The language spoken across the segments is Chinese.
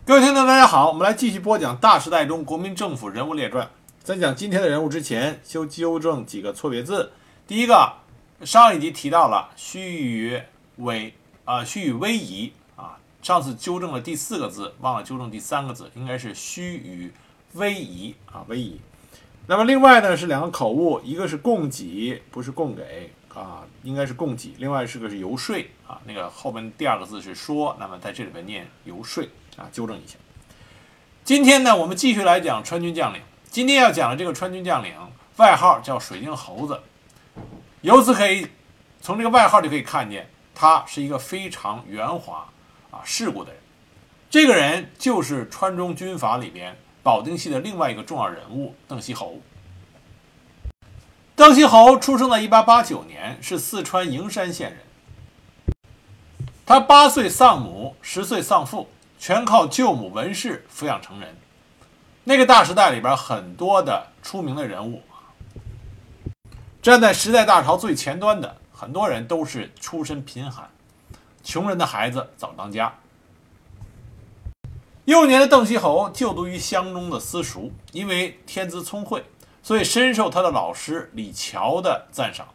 各位听众，大家好，我们来继续播讲《大时代中国民政府人物列传》。在讲今天的人物之前，先纠正几个错别字。第一个，上一集提到了须臾威仪啊，上次纠正了第4个字，忘了纠正第3个字，应该是须臾威仪啊，威仪。那么另外呢是2个口误，一个是供给，不是供给啊，应该是供给。另外是个是游说啊，那个后面第2个字是说，那么在这里边念游说。纠正一下。今天呢，我们继续来讲川军将领。今天要讲的这个川军将领，外号叫水晶猴子。由此可以从这个外号就可以看见，他是一个非常圆滑世故的人。这个人就是川中军阀里边保定系的另外一个重要人物邓锡侯。邓锡侯出生在1889年，是四川营山县人。他8岁丧母，10岁丧父。全靠舅母文氏抚养成人。那个大时代里边很多的出名的人物，站在时代大潮最前端的很多人都是出身贫寒，穷人的孩子早当家。幼年的邓锡侯就读于乡中的私塾，因为天资聪慧，所以深受他的老师李峤的赞赏。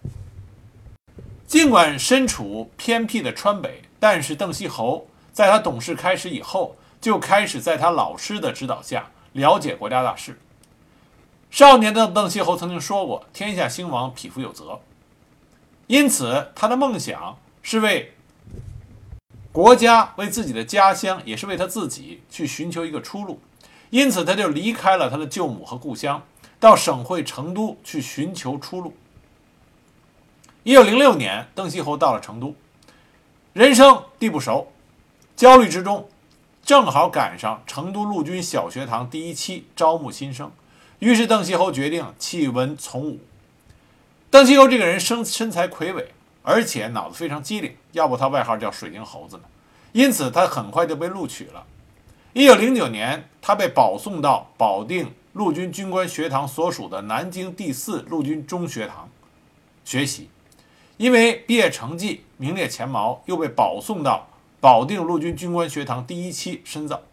尽管身处偏僻的川北，但是邓锡侯在他懂事开始以后，就开始在他老师的指导下了解国家大事。少年的邓锡侯曾经说过：“天下兴亡，匹夫有责。”因此，他的梦想是为国家、为自己的家乡，也是为他自己去寻求一个出路。因此，他就离开了他的舅母和故乡，到省会成都去寻求出路。1906年，邓锡侯到了成都，人生地不熟。焦虑之中，正好赶上成都陆军小学堂第1期招募新生，于是邓锡侯决定弃文从武。邓锡侯这个人身材魁伟，而且脑子非常机灵，要不他外号叫水晶猴子呢。因此他很快就被录取了。1909年，他被保送到保定陆军军官学堂所属的南京第4陆军中学堂学习，因为毕业成绩名列前茅，又被保送到保定陆军军官学堂第1期深造。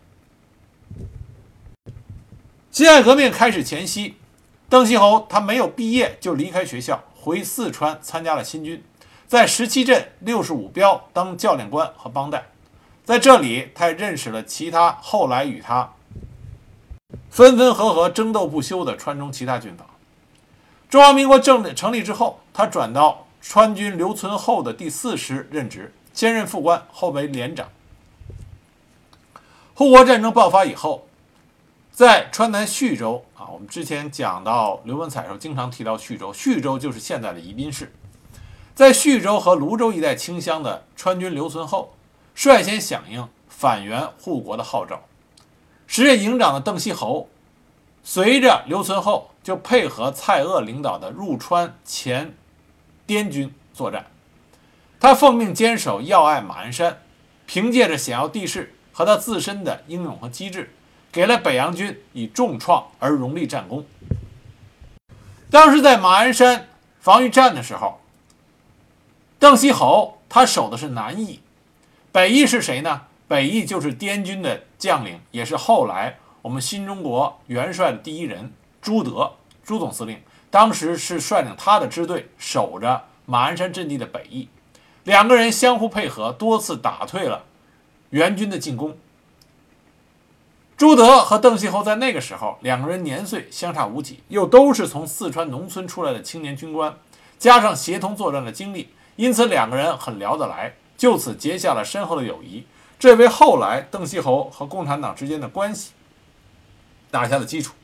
辛亥革命开始前夕，邓锡侯他没有毕业就离开学校，回四川参加了新军，在17镇65标当教练官和帮带。在这里，他也认识了其他后来与他分分合合、争斗不休的川中其他军阀。中华民国成立之后，他转到川军留存后的第4师任职。先任副官，后为连长。护国战争爆发以后，在川南叙州我们之前讲到刘文彩的时候经常提到叙州，叙州就是现在的宜宾市。在叙州和泸州一带清乡的川军留存后，率先响应反袁护国的号召。时任营长的邓锡侯，随着留存后就配合蔡锷领导的入川前滇军作战。他奉命坚守要隘马鞍山，凭借着险要地势和他自身的英勇和机智，给了北洋军以重创而荣立战功。当时在马鞍山防御战的时候，邓锡侯他守的是南翼，北翼是谁呢？北翼就是滇军的将领，也是后来我们新中国元帅的第1人朱德，朱总司令，当时是率领他的支队守着马鞍山阵地的北翼。2个人相互配合，多次打退了援军的进攻。朱德和邓锡侯在那个时候2个人年岁相差无几，又都是从四川农村出来的青年军官，加上协同作战的经历，因此2个人很聊得来，就此结下了深厚的友谊，这为后来邓锡侯和共产党之间的关系打下了基础。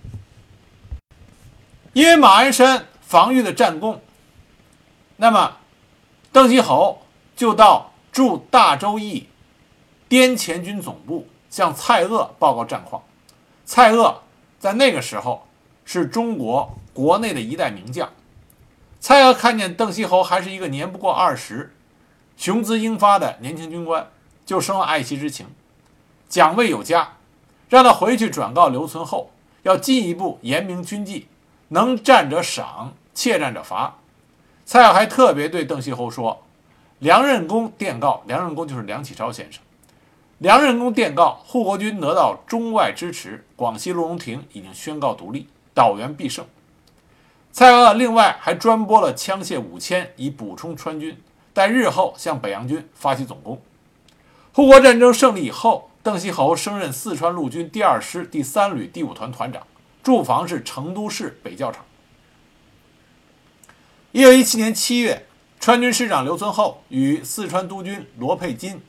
因为马鞍山防御的战功，那么邓锡侯就到驻大周驿滇黔军总部向蔡锷报告战况。蔡锷在那个时候是中国国内的一代名将。蔡锷看见邓锡侯还是一个年不过20、雄姿英发的年轻军官，就生了爱惜之情，奖位有加，让他回去转告留存后，要进一步严明军纪，能战者赏，怯战者罚。蔡锷还特别对邓锡侯说：“梁任公电告，梁任公就是梁启超先生， 梁任公电告护国军得到中外支持，广西陆荣廷已经宣告独立，导员必胜。蔡锷另外还专拨了枪械5000以补充川军，待日后向北洋军发起总攻。护国战争胜利以后，邓锡侯升任四川陆军第2师第3旅第5团团长，驻防是成都市北教场。1917年7月，川军师长刘存厚与四川督军罗佩金、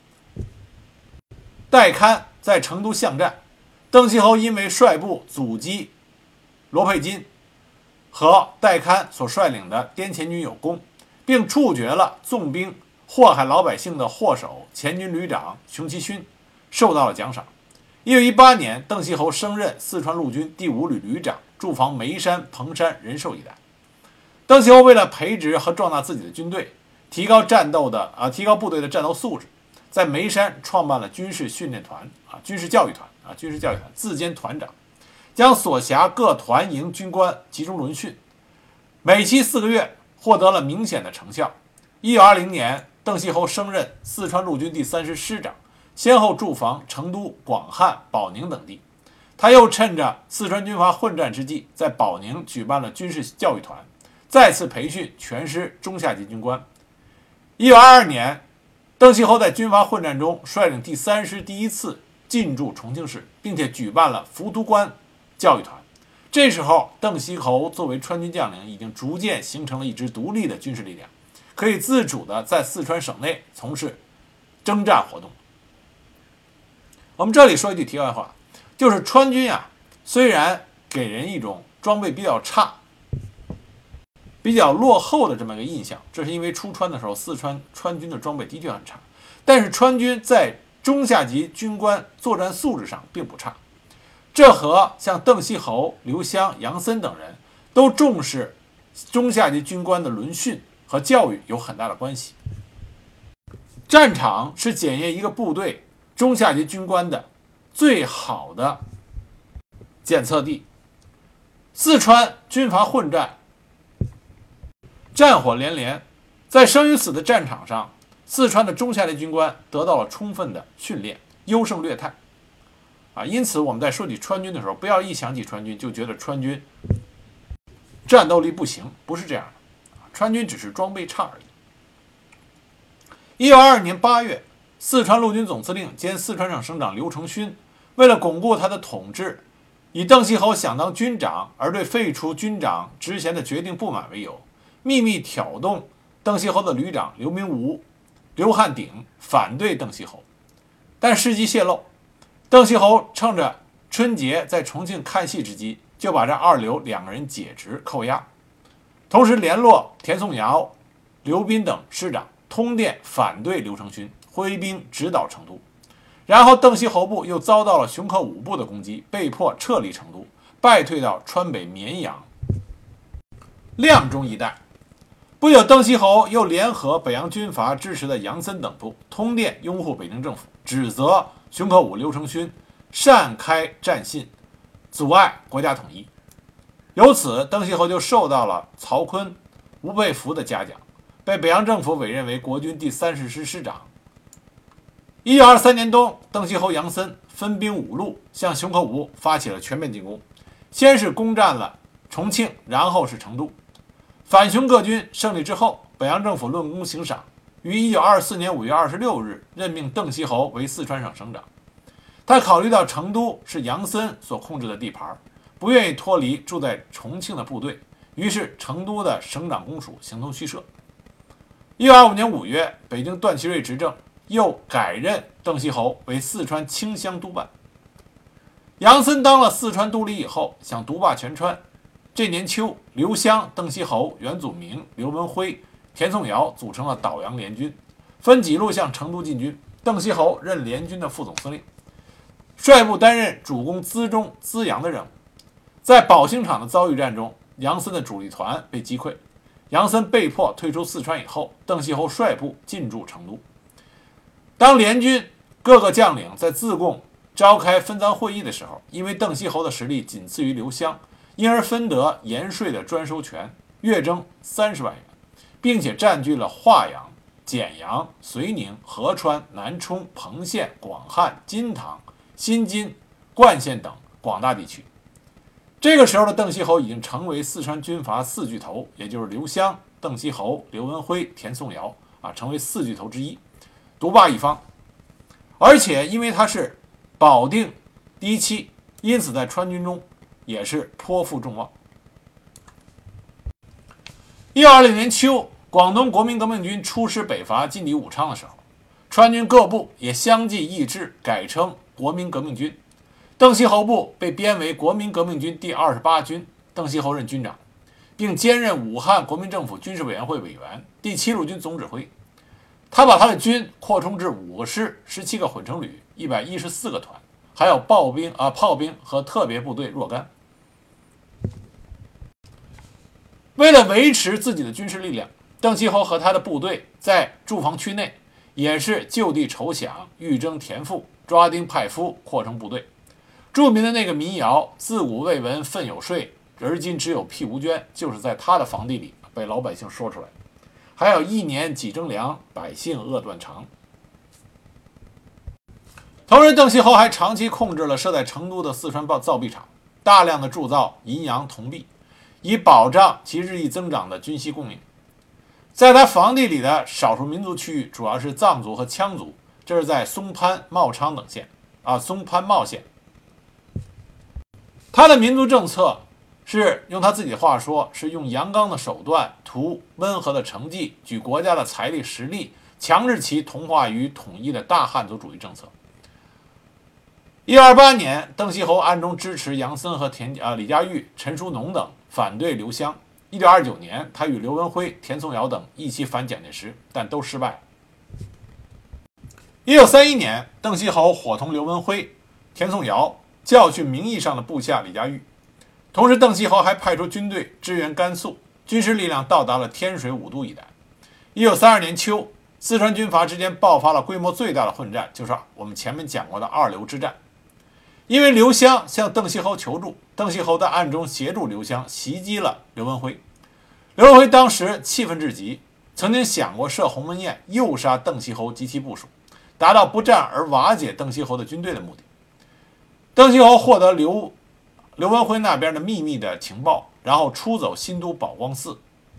戴堪在成都巷战，邓锡侯因为率部阻击罗佩金和戴堪所率领的滇黔军有功，并处决了纵兵祸害老百姓的祸首黔军旅长熊其勋，受到了奖赏。1918年，邓锡侯升任四川陆军第5旅旅长，驻防眉山、彭山、仁寿一带。邓锡侯为了培植和壮大自己的军队，提高部队的战斗素质，在眉山创办了军事训练团、军事教育团，自兼团长，将所辖各团营军官集中轮训，每期4个月，获得了明显的成效。1920年，邓锡侯升任四川陆军第3师师长，先后驻防成都、广汉、保宁等地。他又趁着四川军阀混战之际，在保宁举办了军事教育团，再次培训全师中下级军官。1922年，邓锡侯在军阀混战中率领第3师第1次进驻重庆市，并且举办了浮屠关教育团。这时候，邓锡侯作为川军将领，已经逐渐形成了一支独立的军事力量，可以自主地在四川省内从事征战活动。我们这里说一句题外话，就是川军虽然给人一种装备比较差、比较落后的这么一个印象，这是因为出川的时候四川川军的装备的确很差，但是川军在中下级军官作战素质上并不差，这和像邓锡侯、刘湘、杨森等人都重视中下级军官的轮训和教育有很大的关系。战场是检验一个部队中下级军官的最好的检测地。四川军阀混战，战火连连，在生与死的战场上，四川的中下级军官得到了充分的训练，优胜劣汰。因此我们在说起川军的时候，不要一想起川军就觉得川军战斗力不行，不是这样的。川军只是装备差而已。1922年8月，四川陆军总司令兼四川省省长刘承勋为了巩固他的统治，以邓锡侯想当军长而对废除军长职衔的决定不满为由，秘密挑动邓锡侯的旅长刘明吾、刘汉鼎反对邓锡侯。但事机泄露，邓锡侯趁着春节在重庆看戏之机，就把这二刘2个人解职扣押，同时联络田颂尧、刘斌等师长通电反对刘承勋，挥兵直捣成都。然后邓锡侯部又遭到了熊可武部的攻击，被迫撤离成都，败退到川北绵阳、阆中一带。不久，邓锡侯又联合北洋军阀支持的杨森等部通电拥护北京政府，指责熊可武、刘承勋擅开战信，阻碍国家统一。由此，邓锡侯就受到了曹锟、吴佩孚的嘉奖，被北洋政府委任为国军第30师师长。1923年冬，邓锡侯、杨森分兵5路向熊可武发起了全面进攻，先是攻占了重庆，然后是成都。反熊各军胜利之后，北洋政府论功行赏，于1924年5月26日任命邓锡侯为四川省省长。他考虑到成都是杨森所控制的地盘，不愿意脱离住在重庆的部队，于是成都的省长公署形同虚设。1925年5月，北京段祺瑞执政，又改任邓锡侯为四川清乡督办。杨森当了四川督理以后，想独霸全川。这年秋，刘湘、邓锡侯、袁祖明、刘文辉、田颂尧组成了导杨联军，分几路向成都进军。邓锡侯任联军的副总司令，率部担任主攻资中、资阳的任务。在宝兴场的遭遇战中，杨森的主力团被击溃，杨森被迫退出四川以后，邓锡侯率部进驻成都。当联军各个将领在自贡召开分赃会议的时候，因为邓锡侯的实力仅次于刘湘，因而分得盐税的专收权，月征30万元，并且占据了华阳、 简阳、遂宁、合川、南充、彭县、广汉、金堂、新津、灌县等广大地区。这个时候的邓锡侯已经成为四川军阀四巨头，也就是刘湘、邓锡侯、刘文辉、田颂尧成为四巨头之一，独霸一方。而且因为他是保定第一期，因此在川军中也是颇负众望。1920年秋，广东国民革命军出师北伐进抵武昌的时候，川军各部也相继易帜，改称国民革命军。邓锡侯部被编为国民革命军第28军，邓锡侯任军长，并兼任武汉国民政府军事委员会委员、第7路军总指挥。他把他的军扩充至5个师、17个混成旅、114个团，还有炮兵和特别部队若干。为了维持自己的军事力量，邓锡侯和他的部队在驻防区内也是就地筹饷，欲征田赋，抓丁派夫，扩充部队。著名的那个民谣“自古未闻分有税，而今只有屁无捐”，就是在他的房地里被老百姓说出来。还有1年几征粮，百姓饿断肠。同时，邓锡侯还长期控制了设在成都的四川造币厂，大量的铸造银洋铜币，以保障其日益增长的军需供应。在他房地里的少数民族区域，主要是藏族和羌族，这是在松潘、茂昌等县松潘茂县。他的民族政策是用他自己的话说，是用阳刚的手段，图温和的成绩，举国家的财力实力，强制其同化于统一的大汉族主义政策。1928年，邓锡侯暗中支持杨森和李家玉、陈叔农等反对刘湘。1929年，他与刘文辉、田颂尧等一起反蒋介石，但都失败。1931年，邓锡侯伙同刘文辉、田颂尧教训名义上的部下李家玉，同时邓锡侯还派出军队支援甘肃，军事力量到达了天水5都一带。1932年秋，四川军阀之间爆发了规模最大的混战，就是我们前面讲过的二流之战。因为刘湘向邓锡侯求助，邓锡侯在暗中协助刘湘袭击了刘文辉。刘文辉当时气愤至极，曾经想过设鸿门宴诱杀邓锡侯及其部属，达到不战而瓦解邓锡侯的军队的目的。邓锡侯获得刘文辉那边的秘密的情报，然后出走新都宝光寺。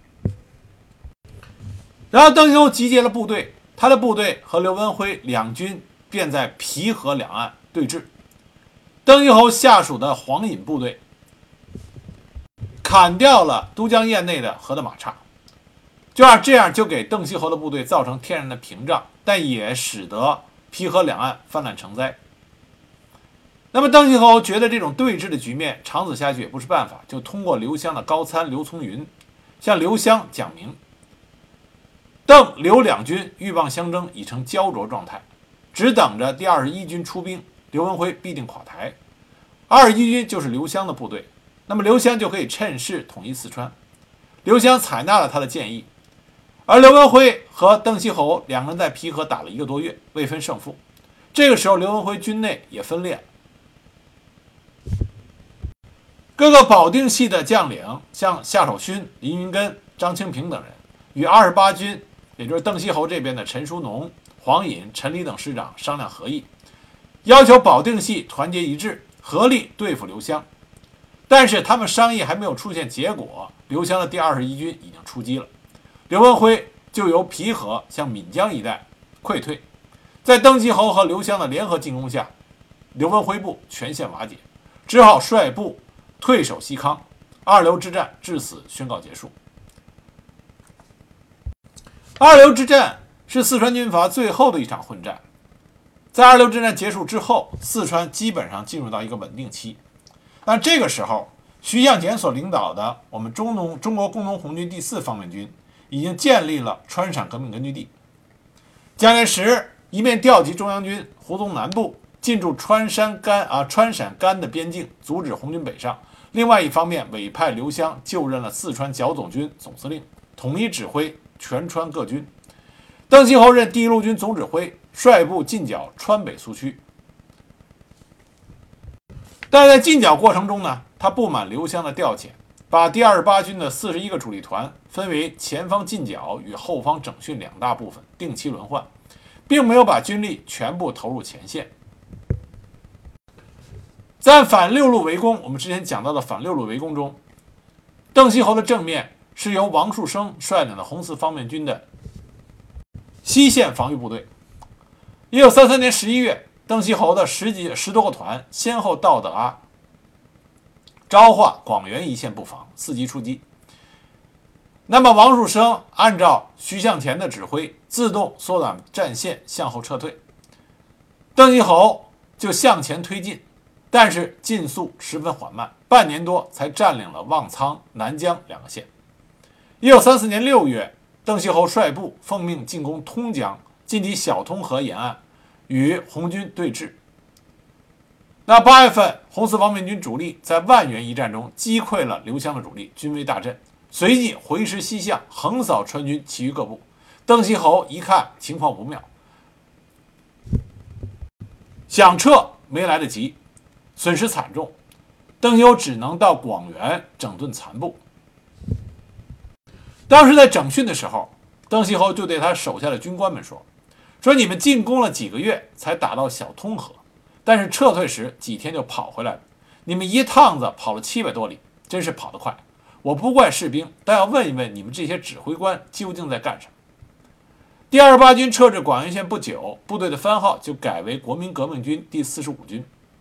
然后邓锡侯集结了部队，他的部队和刘文辉两军便在皮河两岸对峙。邓锡侯下属的黄隐部队砍掉了都江堰内的河的马岔，这样就给邓锡侯的部队造成天然的屏障，但也使得皮河两岸泛滥成灾。那么邓锡侯觉得这种对峙的局面长此下去也不是办法，就通过刘湘的高参刘从云向刘湘讲明，邓刘两军鹬蚌相争已成焦灼状态，只等着第21军出兵，刘文辉必定垮台。21军就是刘湘的部队，那么刘湘就可以趁势统一四川。刘湘采纳了他的建议，而刘文辉和邓锡侯两个人在皮河打了1个多月，未分胜负。这个时候刘文辉军内也分裂了，各个保定系的将领，像夏守勋、林云根、张清平等人，与28军，也就是邓锡侯这边的陈叔农、黄隐、陈黎等师长商量合议，要求保定系团结一致，合力对付刘湘。但是他们商议还没有出现结果，刘湘的第21军已经出击了，刘文辉就由皮河向岷江一带溃退。在邓锡侯和刘湘的联合进攻下，刘文辉部全线瓦解，只好率部退守西康。二流之战至此宣告结束。二流之战是四川军阀最后的一场混战。在二流之战结束之后，四川基本上进入到一个稳定期。但这个时候，徐向前所领导的我们中国工农红军第4方面军已经建立了川陕革命根据地。蒋介石一面调集中央军胡宗南部进驻川陕甘的边境，阻止红军北上；另外一方面委派刘湘就任了四川剿总军总司令，统一指挥全川各军。邓锡侯任第1路军总指挥，率部进剿川北苏区。但是在进剿过程中呢，他不满刘湘的调遣， 把第28军的41个主力团分为前方进剿与后方整训两大部分，定期轮换，并没有把军力全部投入前线。在反六路围攻，我们之前讲到的反六路围攻中，邓锡侯的正面是由王树声率领的红四方面军的西线防御部队。1933年11月，邓锡侯的十多个团先后到达昭化、广元一线布防，伺机出击。那么王树声按照徐向前的指挥，自动缩短战线，向后撤退。邓锡侯就向前推进，但是进速十分缓慢，半年多才占领了望苍、南江两个县。1934年6月，邓锡侯率部奉命进攻通江，进抵小通河沿岸，与红军对峙。那8月份，红四方面军主力在万源一战中击溃了刘湘的主力，军威大振，随即回师西向，横扫川军其余各部。邓锡侯一看情况不妙，想撤没来得及，损失惨重。邓锡侯只能到广元整顿残部。当时在整训的时候，邓锡侯就对他手下的军官们说你们进攻了几个月才打到小通河，但是撤退时几天就跑回来了，你们一趟子跑了700多里，真是跑得快。我不怪士兵，但要问一问你们这些指挥官究竟在干什么。第28军撤至广元县不久，部队的番号就改为国民革命军第45军。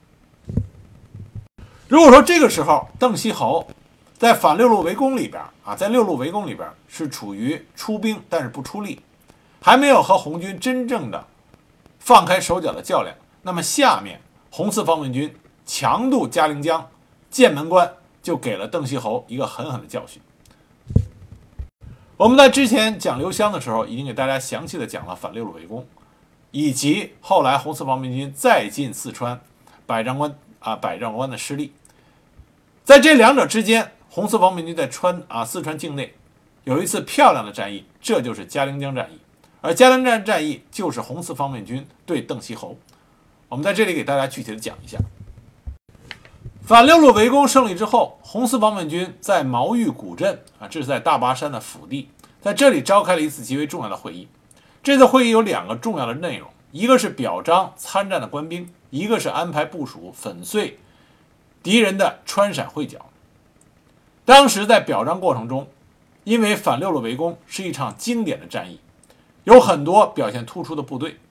如果说这个时候邓锡侯在反六路围攻里边在六路围攻里边是处于出兵但是不出力，还没有和红军真正的放开手脚的较量，那么下面红四方面军强渡嘉陵江，剑门关就给了邓锡侯一个狠狠的教训。我们在之前讲刘湘的时候，已经给大家详细的讲了反六路围攻，以及后来红四方面军再进四川百丈关的失利。在这两者之间，红四方面军在四川境内有一次漂亮的战役，这就是嘉陵江战役。而嘉陵江战役就是红四方面军对邓锡侯。我们在这里给大家具体的讲一下。反六路围攻胜利之后，红四方面军在毛峪古镇这是在大巴山的腹地，在这里召开了一次极为重要的会议。这次会议有2个重要的内容，一个是表彰参战的官兵，一个是安排部署粉碎敌人的川陕会剿。当时在表彰过程中，因为反六路围攻是一场经典的战役，有很多表现突出的部队。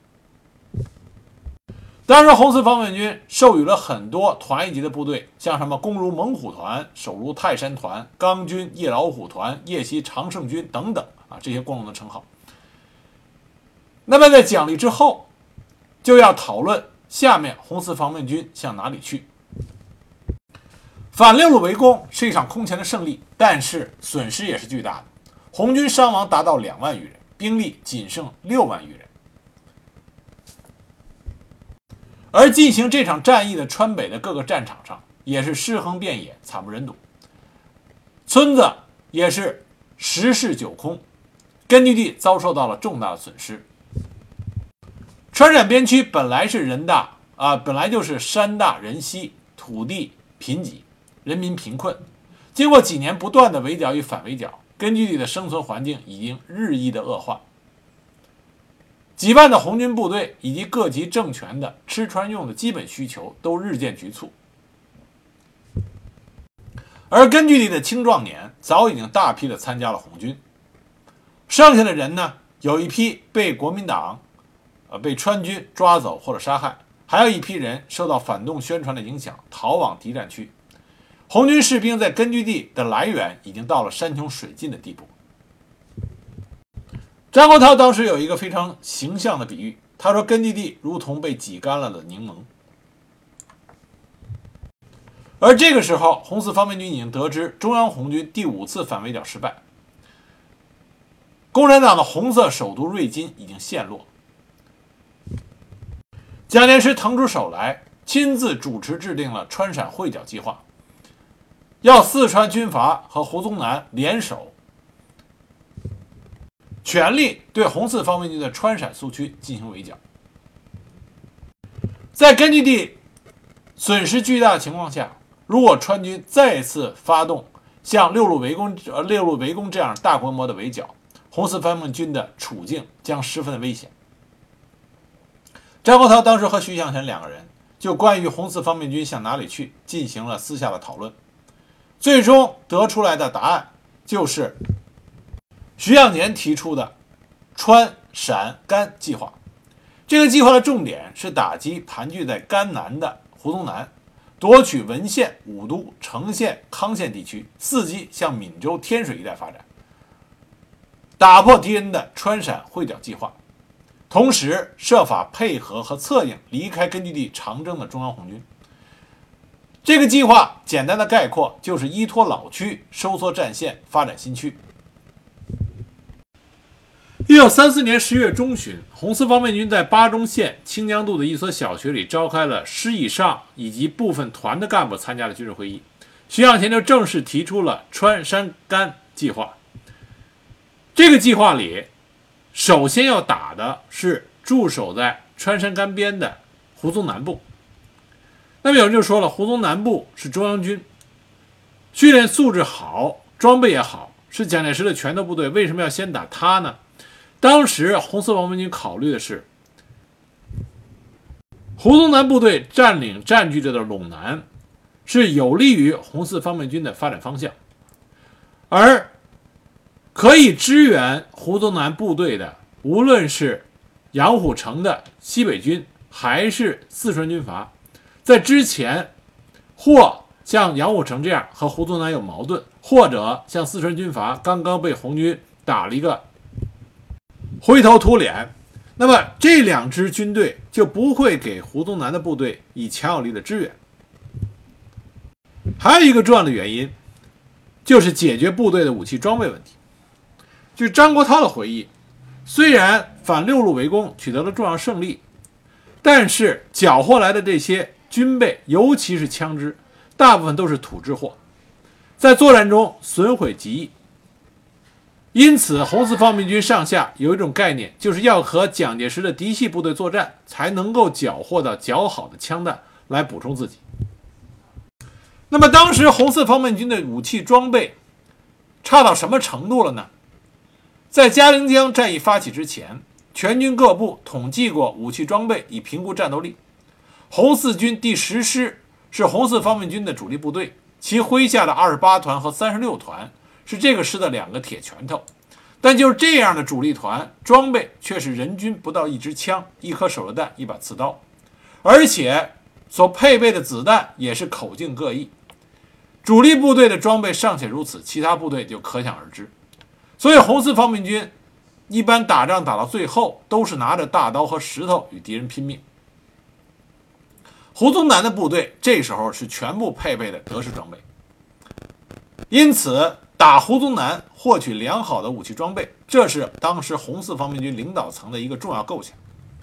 当时红四方面军授予了很多团一级的部队，像什么攻如猛虎团、守如泰山团、钢军、夜老虎团、夜袭常胜军等等这些光荣的称号。那么在奖励之后，就要讨论下面红四方面军向哪里去。反六路围攻是一场空前的胜利，但是损失也是巨大的。红军伤亡达到2万余人，兵力仅剩6万余人。而进行这场战役的川北的各个战场上，也是尸横遍野，惨不忍睹，村子也是十室九空，根据地遭受到了重大的损失。川陕边区本来是本来就是山大人稀，土地贫瘠，人民贫困。经过几年不断的围剿与反围剿，根据地的生存环境已经日益的恶化。几万的红军部队以及各级政权的吃穿用的基本需求都日渐局促，而根据地的青壮年早已经大批的参加了红军，剩下的人呢，有一批被国民党被川军抓走或者杀害，还有一批人受到反动宣传的影响，逃往敌占区。红军士兵在根据地的来源已经到了山穷水尽的地步。张国焘当时有一个非常形象的比喻，他说根据地如同被挤干了的柠檬。而这个时候，红四方面军已经得知中央红军第5次反围剿失败，共产党的红色首都瑞金已经陷落。蒋介石腾出手来，亲自主持制定了川陕会剿计划，要四川军阀和胡宗南联手，全力对红四方面军的川陕苏区进行围剿。在根据地损失巨大的情况下，如果川军再次发动像六路围攻这样大规模的围剿，红四方面军的处境将十分的危险。张国焘当时和徐向前两个人就关于红四方面军向哪里去进行了私下的讨论，最终得出来的答案就是徐向前提出的川陕甘计划。这个计划的重点是打击盘踞在甘南的胡宗南，夺取文县、武都、成县、康县地区，伺机向闽州、天水一带发展，打破敌人的川陕会剿计划，同时设法配合和策应离开根据地长征的中央红军。这个计划简单的概括就是依托老区，收缩战线，发展新区。1934年10月中旬，红四方面军在巴中县清江渡的一所小学里召开了师以上以及部分团的干部参加了军事会议。徐向前就正式提出了川山甘计划。这个计划里，首先要打的是驻守在川山甘边的胡宗南部。那么有人就说了，胡宗南部是中央军，训练素质好，装备也好，是蒋介石的拳头部队，为什么要先打他呢？当时红四方面军考虑的是，胡宗南部队占据着的陇南是有利于红四方面军的发展方向，而可以支援胡宗南部队的，无论是杨虎城的西北军还是四川军阀，在之前或像杨虎城这样和胡宗南有矛盾，或者像四川军阀刚刚被红军打了一个灰头土脸，那么这两支军队就不会给胡宗南的部队以强有力的支援。还有一个重要的原因，就是解决部队的武器装备问题。据张国焘的回忆，虽然反六路围攻取得了重要胜利，但是缴获来的这些军备，尤其是枪支，大部分都是土制货，在作战中损毁极易。因此红四方面军上下有一种概念，就是要和蒋介石的嫡系部队作战，才能够缴获到较好的枪弹来补充自己。那么当时红四方面军的武器装备差到什么程度了呢？在嘉陵江战役发起之前，全军各部统计过武器装备以评估战斗力。红四军第10师是红四方面军的主力部队，其麾下的28团和36团是这个师的2个铁拳头，但就是这样的主力团，装备却是人均不到1支枪、1颗手榴弹、1把刺刀，而且所配备的子弹也是口径各异。主力部队的装备尚且如此，其他部队就可想而知。所以红四方面军一般打仗打到最后，都是拿着大刀和石头与敌人拼命。胡宗南的部队这时候是全部配备的德式装备，因此打胡宗南获取良好的武器装备，这是当时红四方面军领导层的一个重要构想。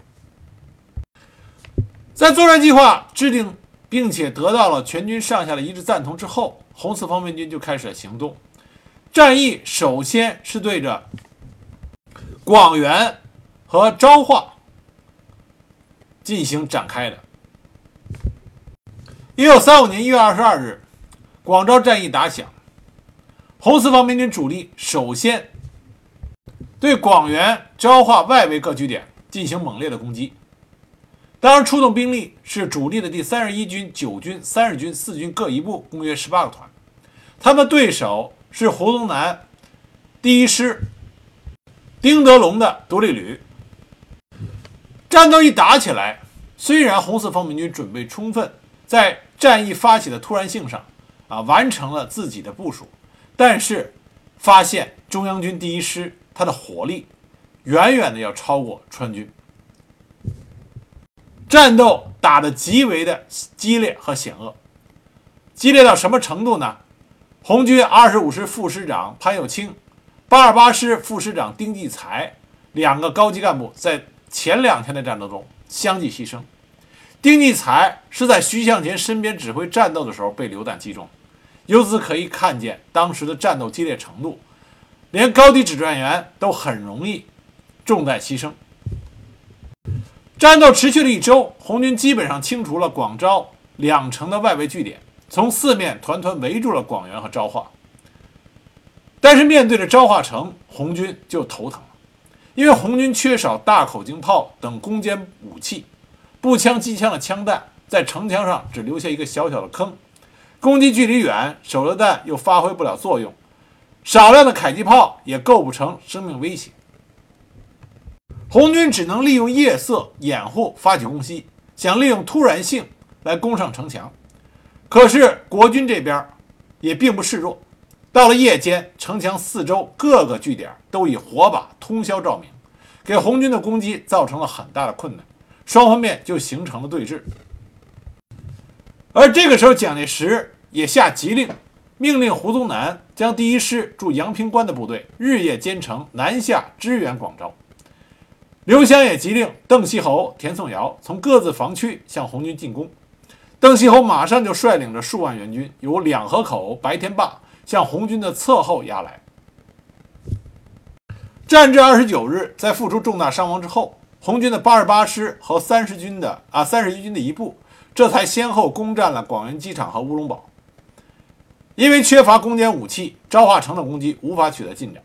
在作战计划制定并且得到了全军上下的一致赞同之后，红四方面军就开始了行动。战役首先是对着广元和昭化进行展开的。1935年1月22日，广昭战役打响，红四方面军主力首先对广元、昭化外围各据点进行猛烈的攻击。当然，出动兵力是主力的第31军、9军、30军、4军各一部，共约18个团。他们对手是胡宗南第1师丁德龙的独立旅。战斗一打起来，虽然红四方面军准备充分，在战役发起的突然性上完成了自己的部署，但是发现中央军第1师它的火力远远的要超过川军，战斗打得极为的激烈和险恶。激烈到什么程度呢？红军25师副师长潘有清、828师副师长丁继才2个高级干部在前2天的战斗中相继牺牲。丁继才是在徐向前身边指挥战斗的时候被榴弹击中，由此可以看见当时的战斗激烈程度，连高级指战员都很容易重在牺牲。战斗持续了1周，红军基本上清除了广昭2城的外围据点，从4面团团围住了广元和昭化。 但是面对着昭化城，红军就头疼了，因为红军缺少大口径炮等攻坚武器，步枪、机枪的枪弹在城墙上只留下一个小小的坑，攻击距离远，手榴弹又发挥不了作用，少量的迫击炮也构不成生命威胁。红军只能利用夜色掩护发起攻击，想利用突然性来攻上城墙。可是国军这边也并不示弱，到了夜间，城墙四周各个据点都以火把通宵照明，给红军的攻击造成了很大的困难，双方面就形成了对峙。而这个时候，蒋介石也下急令，命令胡宗南将第一师驻阳平关的部队日夜兼程南下支援广州。刘湘也急令邓锡侯、田颂尧从各自防区向红军进攻。邓锡侯马上就率领着数万援军，由两河口、白天坝向红军的侧后压来。战至29日，在付出重大伤亡之后，红军的88师和31军的一部，这才先后攻占了广元机场和乌龙堡。因为缺乏攻坚武器，昭化城的攻击无法取得进展。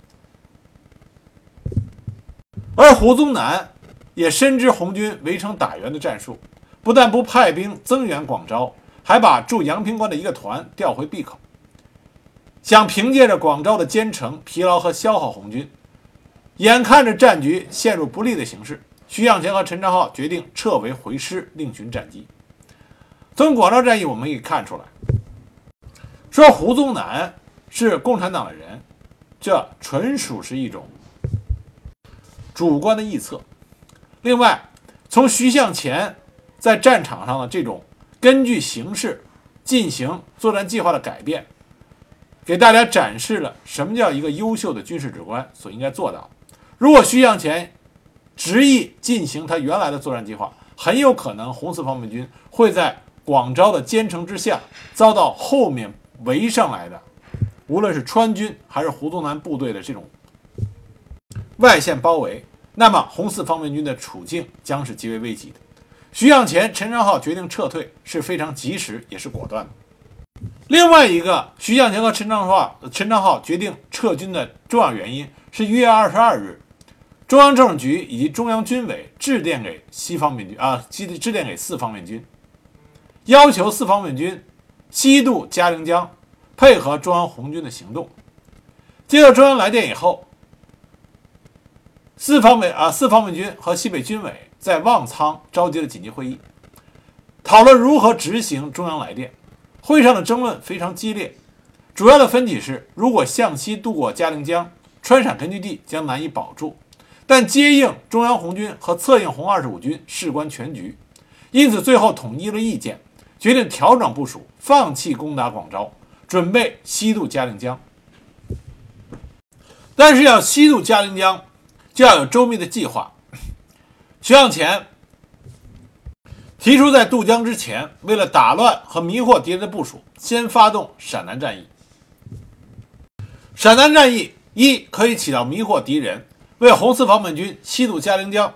而胡宗南也深知红军围城打援的战术，不但不派兵增援广州，还把驻阳平关的一个团调回闭口，想凭借着广州的坚城疲劳和消耗红军。眼看着战局陷入不利的形势，徐向前和陈昌浩决定撤围回师，另寻战机。从广州战役我们可以看出来，说胡宗南是共产党的人，这纯属是一种主观的臆测。另外，从徐向前在战场上的这种根据形势进行作战计划的改变，给大家展示了什么叫一个优秀的军事指挥官所应该做到。如果徐向前执意进行他原来的作战计划，很有可能红四方面军会在广州的坚城之下遭到后面围上来的，无论是川军还是胡宗南部队的这种外线包围，那么红四方面军的处境将是极为危急的。徐向前、陈昌浩决定撤退是非常及时也是果断的。另外一个，徐向前和陈昌浩决定撤军的重要原因是1月22日，中央政治局以及中央军委致电给四方面军，要求四方面军西渡嘉陵江，配合中央红军的行动。接到中央来电以后，四方面军和西北军委在望苍召集了紧急会议，讨论如何执行中央来电。会上的争论非常激烈，主要的分歧是，如果向西渡过嘉陵江，川陕根据地将难以保住，但接应中央红军和策应红25军事关全局，因此最后统一了意见，决定调整部署，放弃攻打广州，准备西渡嘉陵江。但是要西渡嘉陵江，就要有周密的计划。徐向前提出在渡江之前，为了打乱和迷惑敌人的部署，先发动陕南战役。陕南战役一可以起到迷惑敌人，为红四方面军西渡嘉陵江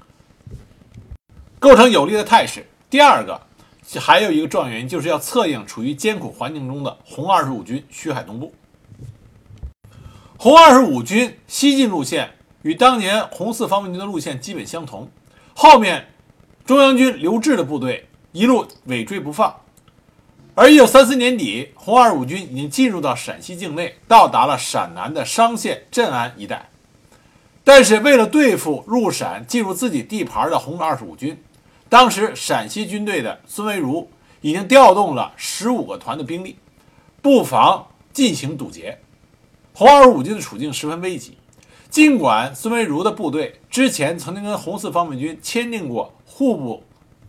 构成有利的态势。第二个，还有一个重要原因，就是要策应处于艰苦环境中的红25军徐海东部。红25军西进路线与当年红四方面军的路线基本相同，后面中央军刘峙的部队一路尾追不放。而1934年底，红25军已经进入到陕西境内，到达了陕南的商县、镇安一带。但是为了对付入陕进入自己地盘的红25军，当时陕西军队的孙维如已经调动了15个团的兵力，布防进行堵截。红25军的处境十分危急。尽管孙维如的部队之前曾经跟红四方面军签订过互不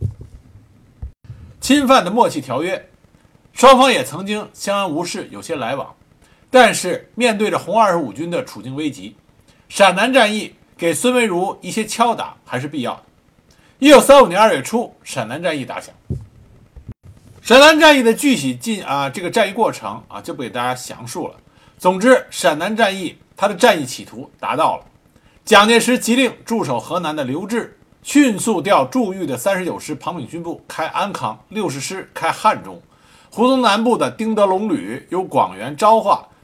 侵犯的默契条约，双方也曾经相安无事，有些来往，但是面对着红25军的处境危急，陕南战役给孙维如一些敲打还是必要的。1935年2月初，陕南战役打响。陕南战役的具体这个战役过程就不给大家详述了。总之，陕南战役他的战役企图达到了。蒋介石急令驻守河南的刘峙迅速调驻豫的39师庞炳勋部开安康，60师开汉中，胡宗南部的丁德龙旅由广元、昭化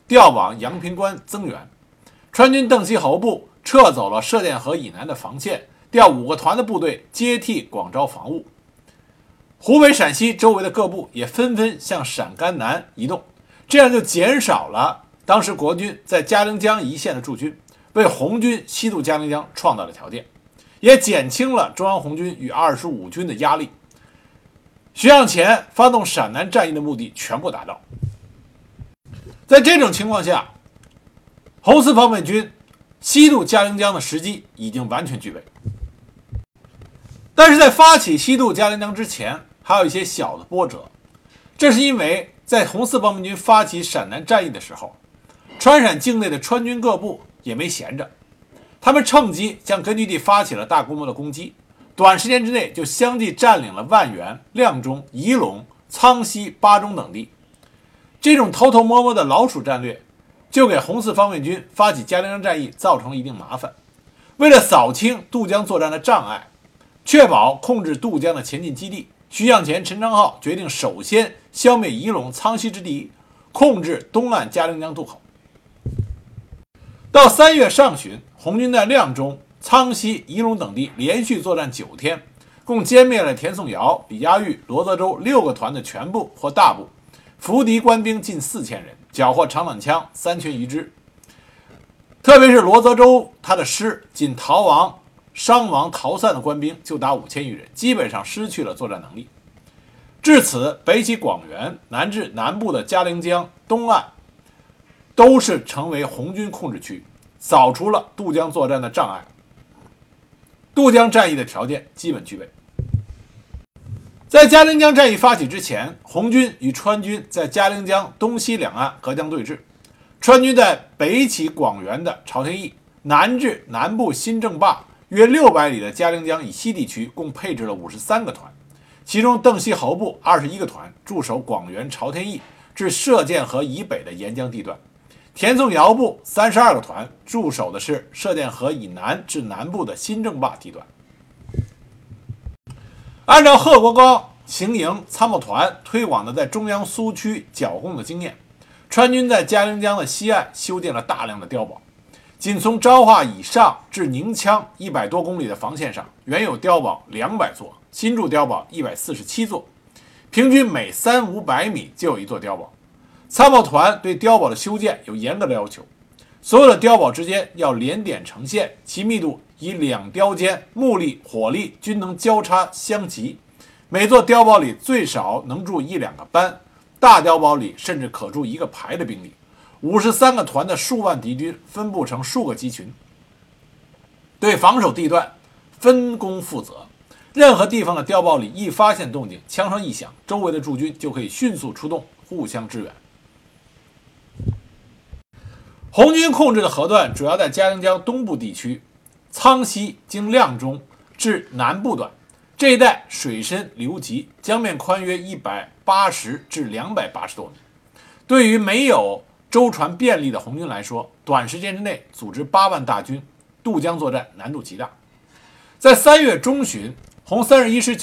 调往阳平关增援。川军邓锡侯部撤走了射电河以南的防线，调5个团的部队接替广州防务。湖北、陕西周围的各部也纷纷向陕甘南移动，这样就减少了当时国军在嘉陵江一线的驻军，为红军西渡嘉陵江创造了条件，也减轻了中央红军与25军的压力。徐向前发动陕南战役的目的全部达到。在这种情况下，红四方面军西渡嘉陵江的时机已经完全具备。但是在发起西渡嘉陵江之前，还有一些小的波折。这是因为在红四方面军发起陕南战役的时候，川陕境内的川军各部也没闲着，他们趁机向根据地发起了大规模的攻击，短时间之内就相继占领了万源、亮中、仪陇、苍溪、巴中等地。这种偷偷摸摸的老鼠战略就给红四方面军发起嘉陵江战役造成了一定麻烦。为了扫清渡江作战的障碍，确保控制渡江的前进基地，徐向前、陈昌浩决定首先消灭仪陇、苍溪之敌，控制东岸嘉陵江渡口。到3月上旬，红军在亮中、苍溪、仪陇等地连续作战9天，共歼灭了田颂尧、李家玉、罗泽州6个团的全部或大部，俘敌官兵近4000人，缴获长短枪3000余支。特别是罗泽州，他的师仅伤亡逃散的官兵就达5000余人，基本上失去了作战能力。至此，北起广元，南至南部的嘉陵江东岸，都是成为红军控制区，扫除了渡江作战的障碍。渡江战役的条件基本具备。在嘉陵江战役发起之前，红军与川军在嘉陵江东西两岸隔江对峙。川军在北起广元的朝天驿，南至南部新郑坝约600里的嘉陵江以西地区，共配置了53个团，其中邓锡侯部21个团驻守广元朝天驿至射箭河以北的沿江地段，田颂尧部32个团驻守的是射箭河以南至南部的新郑坝地段。按照贺国刚行营参谋团推广的在中央苏区剿共的经验，川军在嘉陵江的西岸修建了大量的碉堡，仅从昭化以上至宁羌100多公里的防线上，原有碉堡200座，新筑碉堡147座，平均每300-500米就有一座碉堡。参谋团对碉堡的修建有严格的要求，所有的碉堡之间要连点成线，其密度以2碉间木力、火力均能交叉相齐，每座碉堡里最少能住1-2个班，大碉堡里甚至可住1个排的兵力。53个团的数万敌军分布成数个集群，对防守地段分工负责。任何地方的碉堡里一发现动静，枪声一响，周围的驻军就可以迅速出动，互相支援。红军控制的河段主要在嘉陵江东部地区，苍溪经亮中至南部段，这一带水深流急，江面宽约180至280多米。对于没有舟船便利的红军来说，短时间之内组织8万大军渡江作战难度极大。在3月中旬，红31军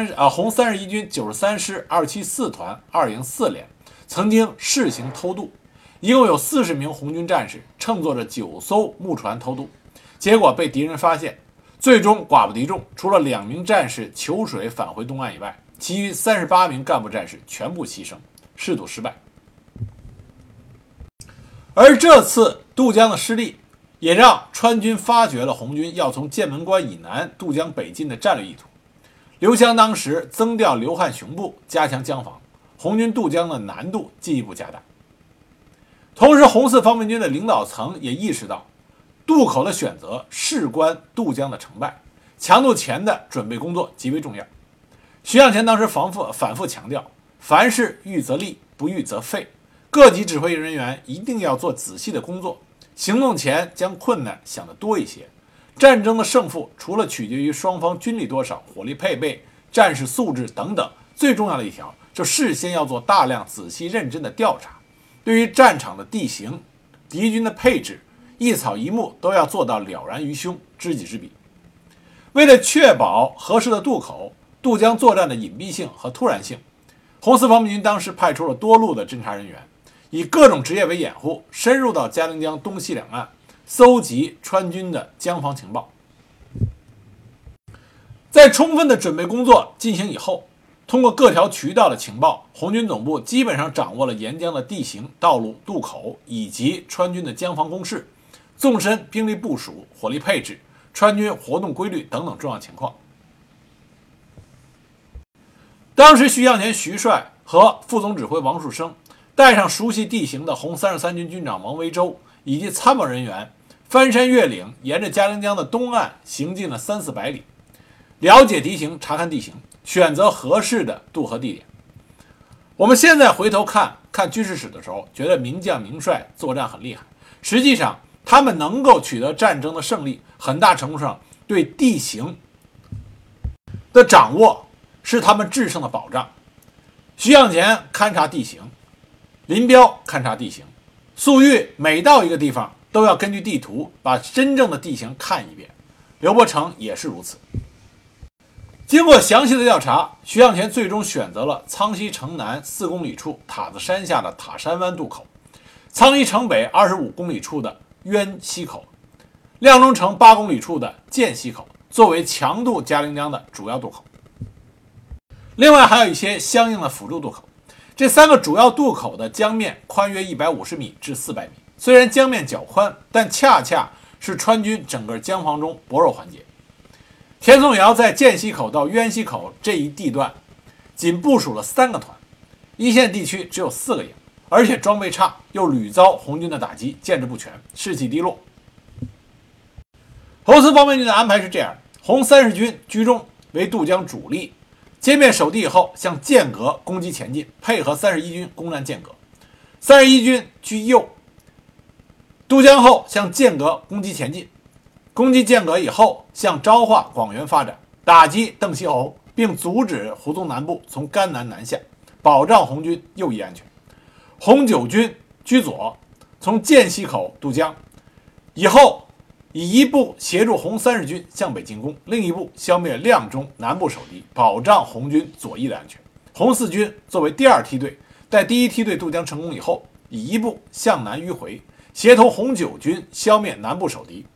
93师274团2营4连曾经试行偷渡，一共有40名红军战士乘坐着9艘木船偷渡，结果被敌人发现，最终寡不敌众，除了2名战士求水返回东岸以外，其余38名干部战士全部牺牲，试图失败。而这次渡江的失利，也让川军发觉了红军要从剑门关以南渡江北进的战略意图。刘湘当时增调刘汉雄部加强江防，红军渡江的难度进一步加大。同时，红四方面军的领导层也意识到，渡口的选择事关渡江的成败，强渡前的准备工作极为重要。徐向前当时反复强调，凡事预则立，不预则废。各级指挥人员一定要做仔细的工作，行动前将困难想得多一些。战争的胜负除了取决于双方军力多少、火力配备、战士素质等等，最重要的一条就事先要做大量仔细认真的调查，对于战场的地形、敌军的配置，一草一木都要做到了然于胸，知己知彼。为了确保合适的渡口，渡江作战的隐蔽性和突然性，红四方面军当时派出了多路的侦察人员， 以各种职业为掩护，深入到嘉陵江东西两岸，搜集川军的江防情报。在充分的准备工作进行以后，通过各条渠道的情报，红军总部基本上掌握了沿江的地形、道路、渡口以及川军的江防工事、纵深兵力部署、火力配置、川军活动规律等等重要情况。当时徐向前徐帅和副总指挥王树声带上熟悉地形的红33军军长王维洲以及参谋人员，翻山越岭，沿着嘉陵江的东岸行进了300-400里，了解敌情，查看地形，选择合适的渡河地点。我们现在回头看军事史的时候，觉得名将名帅作战很厉害，实际上他们能够取得战争的胜利，很大程度上对地形的掌握是他们制胜的保障。徐向前勘察地形，林彪勘察地形，粟裕每到一个地方都要根据地图把真正的地形看一遍，刘伯承也是如此。经过详细的调查，徐向前最终选择了苍溪城南4公里处塔子山下的塔山湾渡口，苍溪城北25公里处的渊溪口，亮中城8公里处的涧溪口作为强渡嘉陵江的主要渡口。另外还有一些相应的辅助渡口。这3个主要渡口的江面宽约150米至400米，虽然江面较宽，但恰恰是川军整个江防中薄弱环节。田颂尧在涧溪口到渊溪口这一地段仅部署了3个团，一线地区只有4个营，而且装备差，又屡遭红军的打击，建制不全，士气低落。红四方面军的安排是这样：红30军居中为渡江主力，歼灭守地以后向剑阁攻击前进，配合31军攻占剑阁。31军居右，渡江后向剑阁攻击前进，攻击剑阁以后向昭化、广元发展，打击邓锡侯，并阻止胡宗南部从甘南南下，保障红军右翼安全。红9军居左，从涧溪口渡江以后，以一部协助红30军向北进攻，另一部消灭亮中南部守敌，保障红军左翼的安全。红4军作为第2梯队，在第1梯队渡江成功以后，以一部向南迂回，协同红9军消灭南部守敌。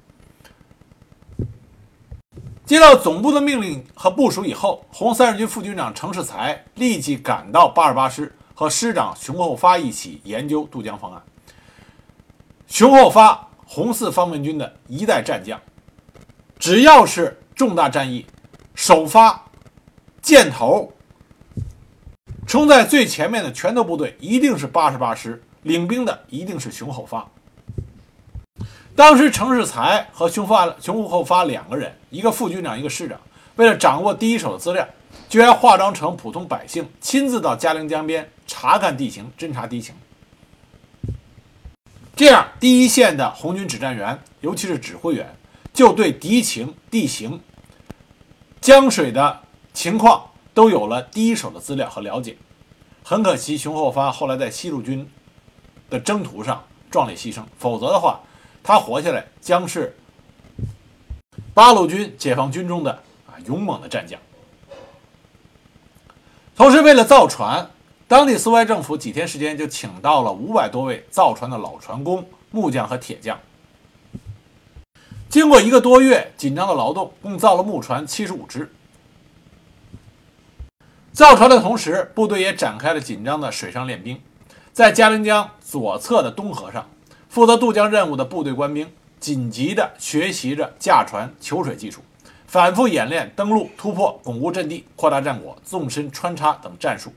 接到总部的命令和部署以后，红30军副军长程世才立即赶到88师，和师长熊厚发一起研究渡江方案。熊厚发，红四方面军的一代战将，只要是重大战役，首发箭头冲在最前面的拳头部队一定是88师，领兵的一定是熊厚发。当时程世才和熊厚发2个人，一个副军长，一个师长，为了掌握第一手的资料，居然化妆成普通百姓，亲自到嘉陵江边查看地形，侦察敌情。这样，第一线的红军指战员，尤其是指挥员，就对敌情、地形、江水的情况都有了第一手的资料和了解。很可惜，熊厚发后来在西路军的征途上壮烈牺牲，否则的话，他活下来将是八路军解放军中的勇猛的战将。同时，为了造船，当地苏维埃政府几天时间就请到了500多位造船的老船工、木匠和铁匠。经过1个多月紧张的劳动，共造了木船75只。造船的同时，部队也展开了紧张的水上练兵。在嘉陵江左侧的东河上，负责渡江任务的部队官兵紧急地学习着驾船、求水技术，反复演练登陆、突破、巩固阵地、扩大战果、纵深穿插等战术。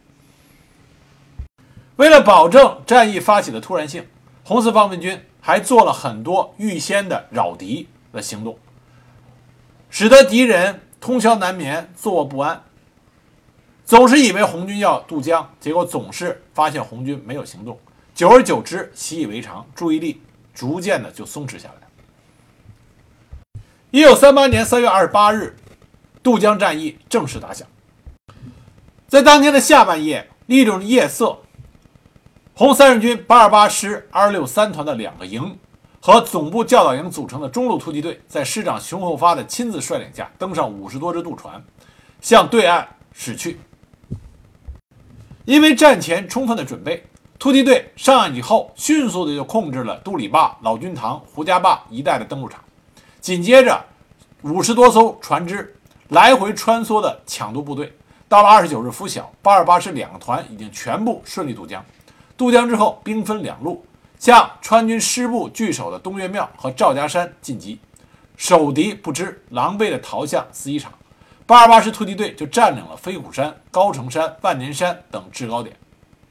为了保证战役发起的突然性，红四方面军还做了很多预先的扰敌的行动，使得敌人通宵难眠、坐卧不安。总是以为红军要渡江，结果总是发现红军没有行动，久而久之习以为常，注意力逐渐的就松弛下来。1938年3月28日，渡江战役正式打响。在当天的下半夜，利用夜色，红30军828师263团的2个营和总部教导营组成的中路突击队，在师长熊厚发的亲自率领下，登上50多只渡船，向对岸驶去。因为战前充分的准备， 突击队上岸以后，迅速的就控制了都里坝、老君塘、胡家坝一带的登陆场。紧接着，50多艘船只来回穿梭的抢渡部队。到了29日拂晓，828师2个团已经全部顺利渡江。渡江之后，兵分2路，向川军师部据守的东岳庙和赵家山进击。守敌不知，狼狈地逃向四一场。828师突击队就占领了飞虎山、高城山、万年山等制高点。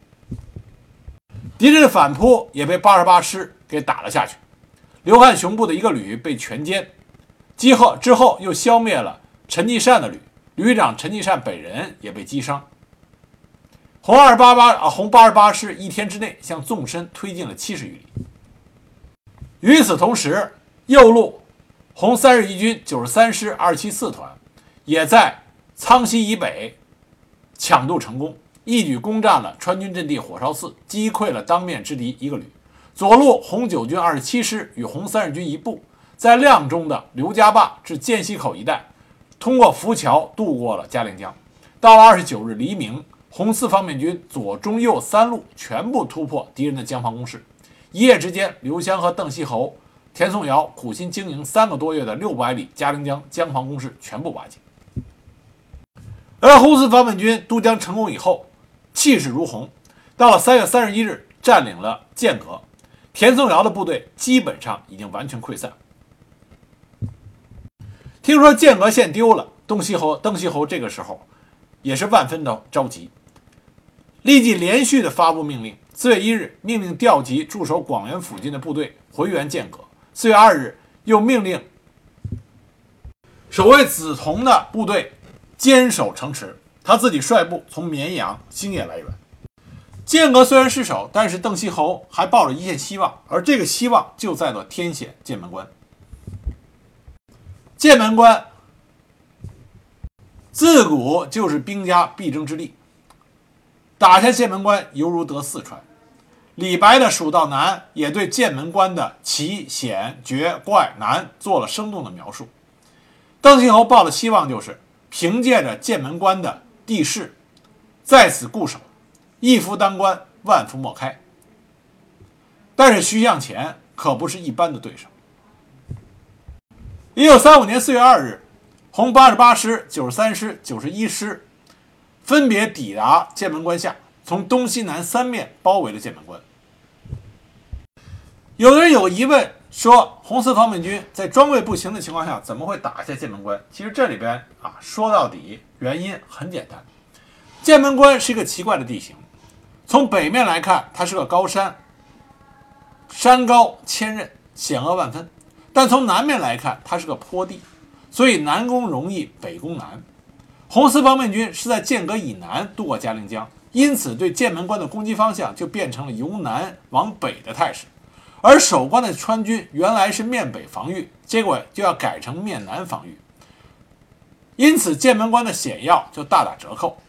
敌人的反扑也被828师给打了下去。刘汉雄部的一个旅被全歼，之后又消灭了陈继善的旅长陈继善本人也被击伤。红828师一天之内向纵深推进了70余里。与此同时，右路红31军93师274四团也在苍溪以北抢渡成功，一举攻占了川军阵地火烧寺，击溃了当面之敌一个旅。左路红9军27师与红30军一部，在亮中的刘家坝至涧西口一带，通过浮桥渡过了嘉陵江。到了29日黎明，红四方面军左中右3路全部突破敌人的江防工事。一夜之间，刘湘和邓锡侯、田颂尧苦心经营3个多月的600里嘉陵江江防工事全部瓦解。而红四方面军渡江成功以后，气势如虹，到了3月31日占领了剑阁。田颂尧的部队基本上已经完全溃散。听说剑阁县丢了，邓锡侯这个时候也是万分的着急，立即连续的发布命令。4月1日命令调集驻守广元附近的部队回援剑阁。4月2日又命令守卫梓潼的部队坚守城池，他自己率部从绵阳、兴业来援。剑阁虽然失守，但是邓锡侯还抱着一线希望，而这个希望就在了天险剑门关。剑门关自古就是兵家必争之地，打下剑门关犹如得四川。李白的《蜀道难》也对剑门关的奇险绝怪难做了生动的描述。邓锡侯抱的希望就是凭借着剑门关的地势，在此固守，一夫当关，万夫莫开。但是徐向前可不是一般的对手。1935年4月2日，红88师、93师、91师分别抵达剑门关下，从东西南3面包围了剑门关。有的人有疑问说，红四方面军在装备不行的情况下怎么会打下剑门关？其实这里边说到底原因很简单，剑门关是一个奇怪的地形。从北面来看，它是个高山，山高千仞，险恶万分。但从南面来看，它是个坡地，所以南攻容易，北攻难。红四方面军是在剑阁以南渡过嘉陵江，因此对剑门关的攻击方向就变成了由南往北的态势。而守关的川军原来是面北防御，结果就要改成面南防御，因此剑门关的险要就大打折扣。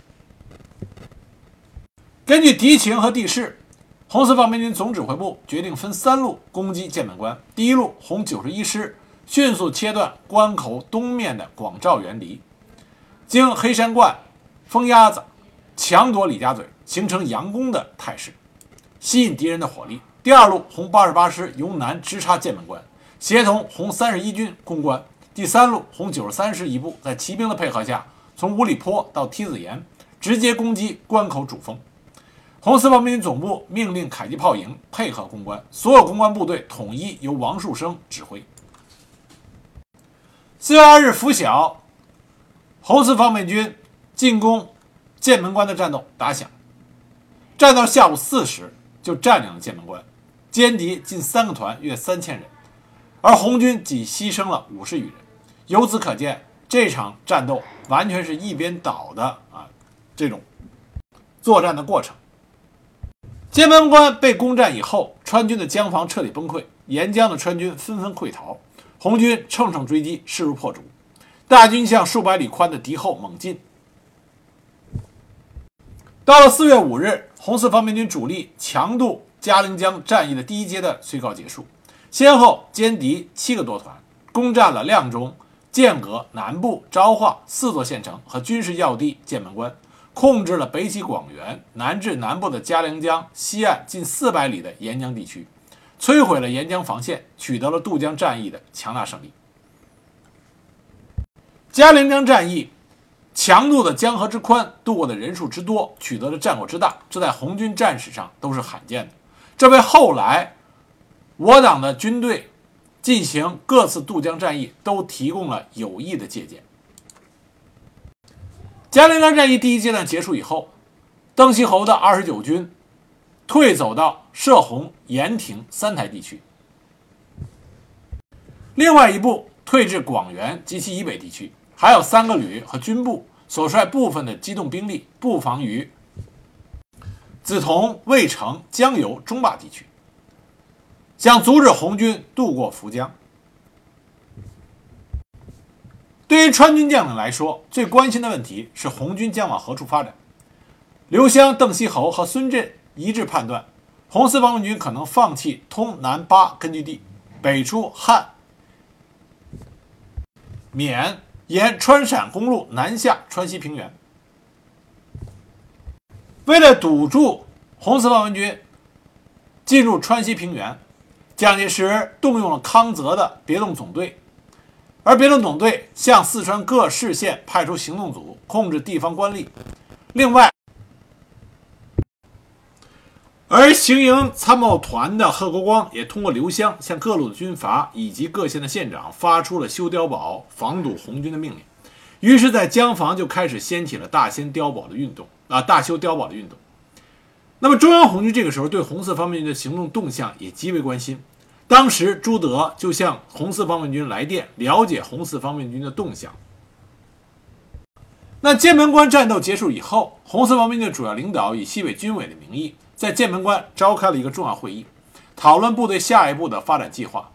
根据敌情和地势，红四方面军总指挥部决定分3路攻击剑门关。第一路，红91师迅速切断关口东面的广肇原敌，经黑山关、疯鸭子强夺李家嘴，形成佯攻的态势，吸引敌人的火力。第二路，红88师由南直插剑门关，协同红31军攻关。第三路，红93师一部在骑兵的配合下，从五里坡到梯子岩，直接攻击关口主峰。红四方面军总部命令迫击炮营配合攻关，所有攻关部队统一由王树声指挥。4月2日拂晓，红四方面军进攻剑门关的战斗打响，战到下午4时就占领了剑门关，歼敌近3个团约3000人，而红军仅牺牲了50余人。由此可见，这场战斗完全是一边倒的这种作战的过程。剑门关被攻占以后，川军的江防彻底崩溃，沿江的川军纷纷溃逃，红军乘胜追击，势如破竹，大军向数百里宽的敌后猛进。到了4月5日，红四方面军主力强渡嘉陵江战役的第一阶段虽告结束，先后歼敌7个多团，攻占了亮中、剑阁、南部、昭化4座县城和军事要地剑门关， 控制了北起广元、南至南部的嘉陵江西岸近400里的沿江地区，摧毁了沿江防线，取得了渡江战役的强大胜利。嘉陵江战役强渡的江河之宽，渡过的人数之多，取得的战果之大，这在红军战史上都是罕见的。这为后来我党的军队进行各次渡江战役都提供了有益的借鉴。嘉陵江战役第一阶段结束以后，邓锡侯的29军退走到涉洪、盐亭、三台地区，另外一部退至广元及其以北地区，还有3个旅和军部所率部分的机动兵力布防于梓潼、渭城、江油、中坝地区，想阻止红军渡过涪江。对于川军将领来说，最关心的问题是红军将往何处发展。刘湘、邓锡侯和孙震一致判断，红四方面军可能放弃通南巴根据地，北出汉、缅，沿川陕公路南下川西平原。为了堵住红四方面军进入川西平原，蒋介石动用了康泽的别动总队，而别动总队向四川各市县派出行动组，控制地方官吏。另外，而行营参谋团的贺国光也通过刘湘向各路的军阀以及各县的县长发出了修碉堡、防堵红军的命令。于是，在江防就开始掀起了大修碉堡的运动。那么，中央红军这个时候对红四方面军的行动动向也极为关心。当时，朱德就向红四方面军来电，了解红四方面军的动向。那剑门关战斗结束以后，红四方面军的主要领导以西北军委的名义，在剑门关召开了一个重要会议，讨论部队下一步的发展计划。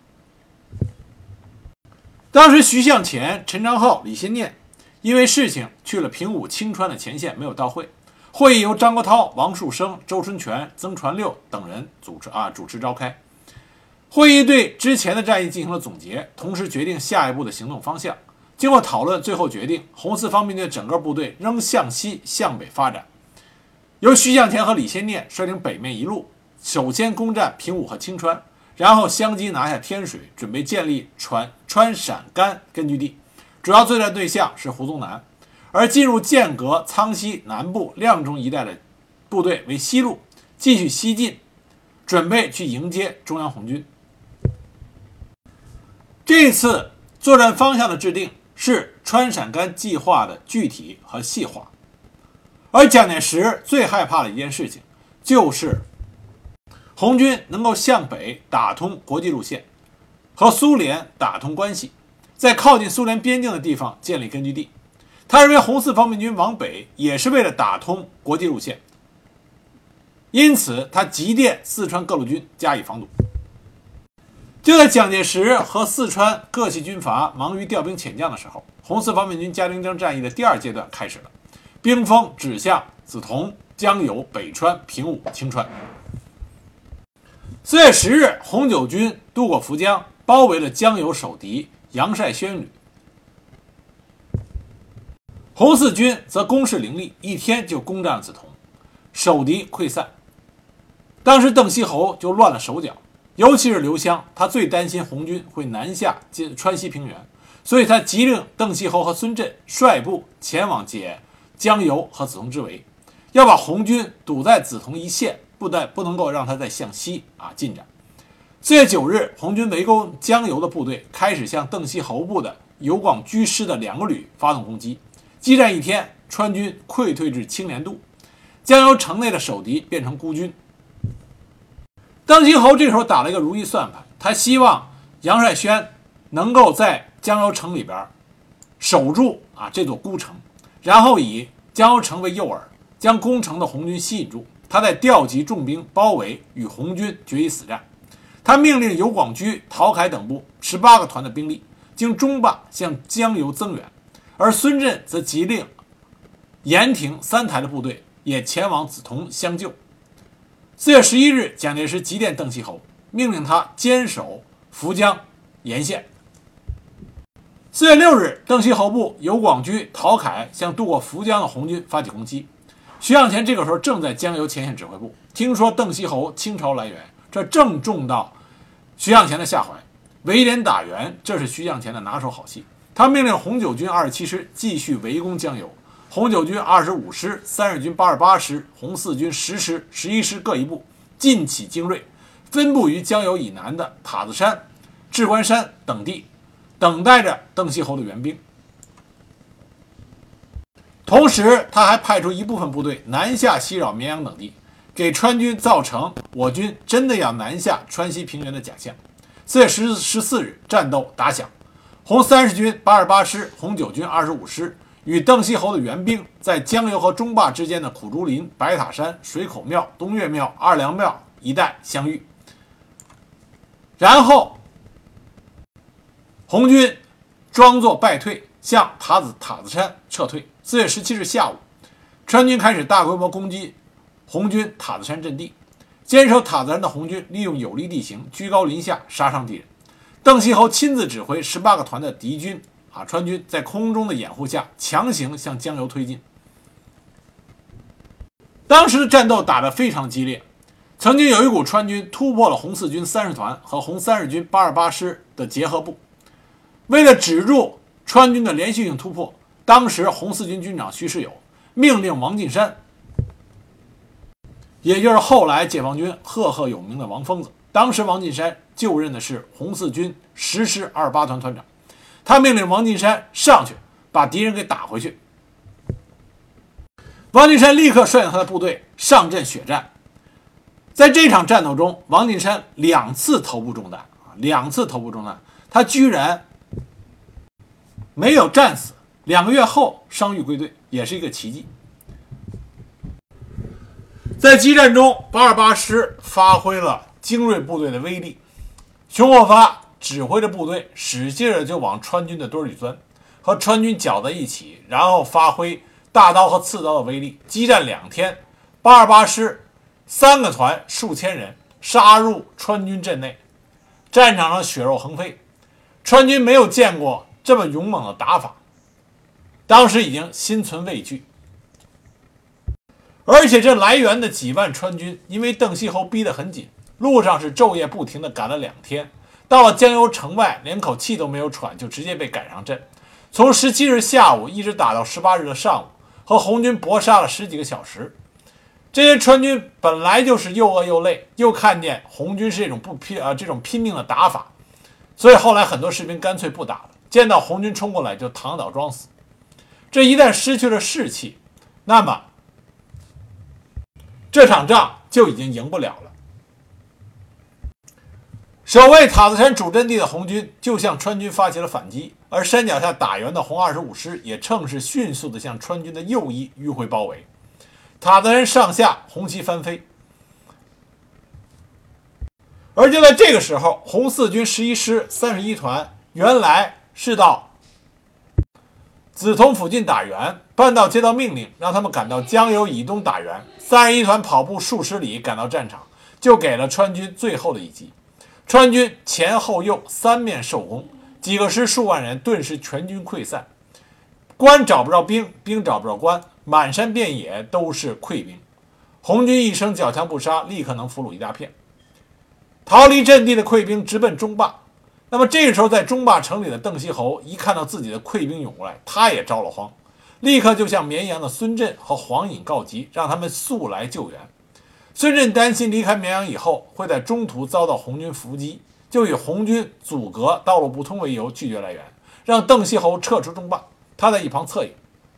当时，徐向前、陈昌浩、李先念因为事情去了平武、青川的前线，没有到会。会议由张国焘、王树声、周春泉、曾传六等人主持召开。会议对之前的战役进行了总结，同时决定下一步的行动方向。经过讨论，最后决定红四方面军的整个部队仍向西向北发展，由徐向前和李先念率领北面一路，首先攻占平武和青川，然后相继拿下天水，准备建立川陕甘根据地，主要作战对象是胡宗南。而进入剑阁、苍溪南部亮中一带的部队为西路，继续西进，准备去迎接中央红军。这次作战方向的制定是川陕甘计划的具体和细化，而蒋介石最害怕的一件事情就是红军能够向北打通国际路线，和苏联打通关系，在靠近苏联边境的地方建立根据地。他认为红四方面军往北也是为了打通国际路线，因此他急电四川各路军加以防堵。就在蒋介石和四川各系军阀忙于调兵遣将的时候，红四方面军嘉陵江战役的第2阶段开始了，兵锋指向梓潼、江油、北川、平武、青川。4月10日，红九军渡过涪江，包围了江油守敌杨帅宣旅。红四军则攻势凌厉，一天就攻占了梓潼，守敌溃散。当时邓锡侯就乱了手脚，尤其是刘湘，他最担心红军会南下进川西平原，所以他急令邓锡侯和孙震率部前往解江油和梓潼之围，要把红军堵在梓潼一线，不能够让他再向西进展。4月9日，红军围攻江油的部队开始向邓锡侯部的游广居师的2个旅发动攻击。激战一天，川军溃退至青莲渡，江油城内的守敌变成孤军。邓锡侯这时候打了一个如意算盘，他希望杨帅宣能够在江油城里边守住这座孤城，然后以江油城为诱饵，将攻城的红军吸引住，他再调集重兵包围，与红军决一死战。他命令游广居、陶凯等部18个团的兵力经中坝向江油增援，而孙震则急令盐亭、三台的部队也前往梓潼相救。4月11日，蒋介石急电邓锡侯，命令他坚守涪江沿线。4月6日，邓锡侯部游广居、陶凯向渡过涪江的红军发起攻击， 徐向前这个时候正在江油前线指挥部，听说邓锡侯倾巢来援，这正中到徐向前的下怀。围连打援，这是徐向前的拿手好戏。他命令红九军27师继续围攻江油，红九军25师、30军88师、红四军10师、11师各一部，尽起精锐，分布于江油以南的塔子山、智关山等地，等待着邓锡侯的援兵。同时，他还派出一部分部队南下袭扰绵阳等地，给川军造成我军真的要南下川西平原的假象。4月14日，战斗打响，红30军88师、红九军25师与邓锡侯的援兵在江油和中坝之间的苦竹林、白塔山、水口庙、东岳庙、二梁庙一带相遇。然后，红军装作败退，向塔子山撤退。4月17日下午，川军开始大规模攻击红军塔子山阵地。坚守塔子山的红军利用有利地形，居高临下杀伤敌人。邓锡侯亲自指挥18个团的敌军川军在空中的掩护下强行向江油推进。当时的战斗打得非常激烈，曾经有一股川军突破了红四军30团和红30军88师的结合部。为了止住川军的连续性突破，当时红四军军长徐世友命令王进山，也就是后来解放军赫赫有名的王疯子，当时王进山就任的是红四军10师28团团长，他命令王进山上去把敌人给打回去。王进山立刻率领他的部队上阵血战。在这场战斗中，王进山2次头部中弹，2次头部中弹，他居然没有战死，2个月后伤愈归队，也是一个奇迹。在激战中，88师发挥了精锐部队的威力，熊获发指挥着部队使劲的就往川军的堆里钻，和川军搅在一起，然后发挥大刀和刺刀的威力。激战2天，88师3个团数千人杀入川军阵内，战场上血肉横飞，川军没有见过这么勇猛的打法，当时已经心存畏惧。而且这来援的几万川军，因为邓锡侯逼得很紧，路上是昼夜不停地赶了2天，到了江油城外，连口气都没有喘，就直接被赶上阵。从17日下午一直打到18日的上午，和红军搏杀了10几个小时。这些川军本来就是又饿又累，又看见红军是这种拼命的打法，所以后来很多士兵干脆不打了，见到红军冲过来就躺倒装死。这一旦失去了士气，那么这场仗就已经赢不了了。守卫塔子山主阵地的红军就向川军发起了反击，而山脚下打援的红25师也趁势迅速地向川军的右翼迂回包围，塔子山上下红旗翻飞。而就在这个时候，红四军11师31团原来是到梓潼附近打援，半道接到命令，让他们赶到江油以东打援。31团跑步数十里赶到战场，就给了川军最后的一击。川军前后右3面受攻，几个师数万人顿时全军溃散，官找不着兵，兵找不着官，满山遍野都是溃兵。红军一声缴枪不杀，立刻能俘虏一大片。逃离阵地的溃兵直奔中坝。那么这个时候，在中坝城里的邓锡侯一看到自己的溃兵涌过来，他也着了慌，立刻就向绵阳的孙震和黄隐告急，让他们速来救援。孙震担心离开绵阳以后会在中途遭到红军伏击，就以红军阻隔、道路不通为由拒绝来援，让邓锡侯撤出中坝。他在一旁侧影。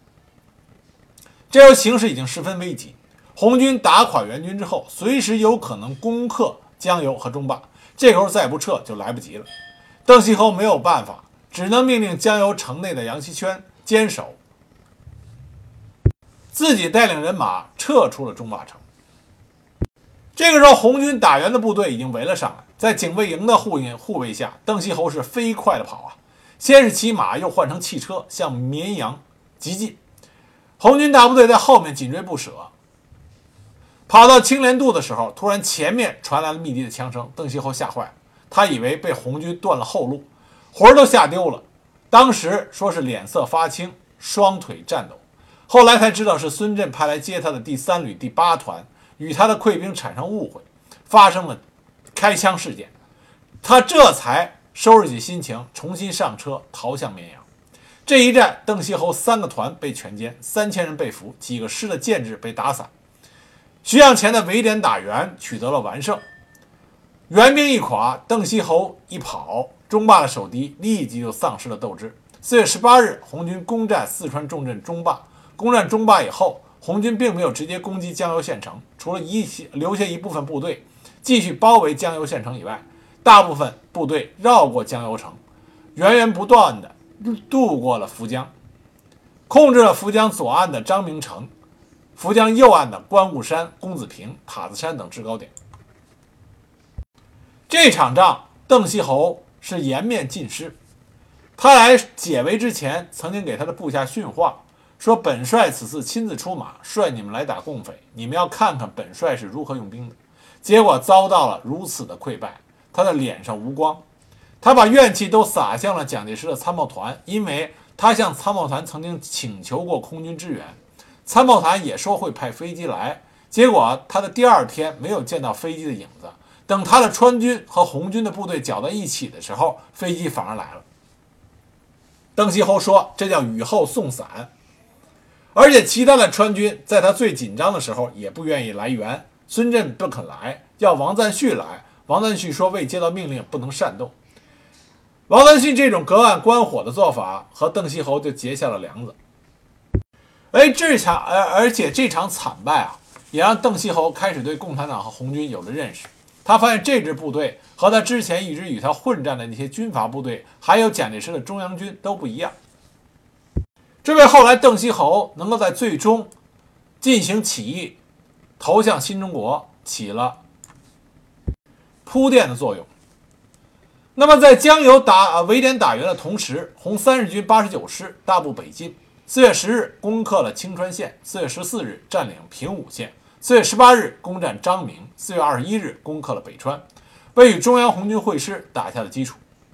这时候形势已经十分危急，红军打垮援军之后，随时有可能攻克江油和中坝，这个时候再不撤就来不及了。邓锡侯没有办法，只能命令江油城内的杨锡圈坚守，自己带领人马撤出了中坝城。这个时候，红军打援的部队已经围了上来，在警卫营的护卫下，邓锡侯是飞快的跑先是骑马，又换成汽车向绵阳急进。红军大部队在后面紧追不舍，跑到青莲渡的时候，突然前面传来了密集的枪声，邓锡侯吓坏了，他以为被红军断了后路，魂儿都吓丢了。当时说是脸色发青，双腿颤抖， 后来才知道是孙震派来接他的第3旅第8团与他的溃兵产生误会，发生了开枪事件，他这才收拾起心情，重新上车逃向绵阳。这一战，邓锡侯3个团被全歼，3000人被俘，几个师的建制被打散。徐向前的围点打援取得了完胜，援兵一垮，邓锡侯一跑，中坝的守敌立即就丧失了斗志。4月18日，红军攻占四川重镇中坝。攻占中坝以后，红军并没有直接攻击江油县城，除了留下一部分部队继续包围江油县城以外，大部分部队绕过江油城，源源不断地渡过了涪江，控制了涪江左岸的张明城，涪江右岸的观雾山、公子坪、塔子山等制高点。这场仗，邓锡侯是颜面尽失。他来解围之前，曾经给他的部下训话，说本帅此次亲自出马，率你们来打共匪，你们要看看本帅是如何用兵的。结果遭到了如此的溃败，他的脸上无光，他把怨气都撒向了蒋介石的参谋团，因为他向参谋团曾经请求过空军支援，参谋团也说会派飞机来，结果他的第2天没有见到飞机的影子，等他的川军和红军的部队搅在一起的时候，飞机反而来了。邓锡侯说这叫雨后送伞，而且其他的川军在他最紧张的时候也不愿意来援，孙震不肯来，要王赞煦来，王赞煦说未接到命令不能擅动。王赞煦这种隔岸观火的做法和邓锡侯就结下了梁子。而且这场惨败啊，也让邓锡侯开始对共产党和红军有了认识。他发现这支部队和他之前一直与他混战的那些军阀部队，还有蒋介石的中央军都不一样。这为后来邓锡侯能够在最终进行起义、投向新中国起了铺垫的作用。那么在江油围点打援的同时，红30军89师大部北进，4月10日攻克了清川县，4月14日占领平武县，4月18日攻占张明，4月21日攻克了北川，为与中央红军会师打下了基础。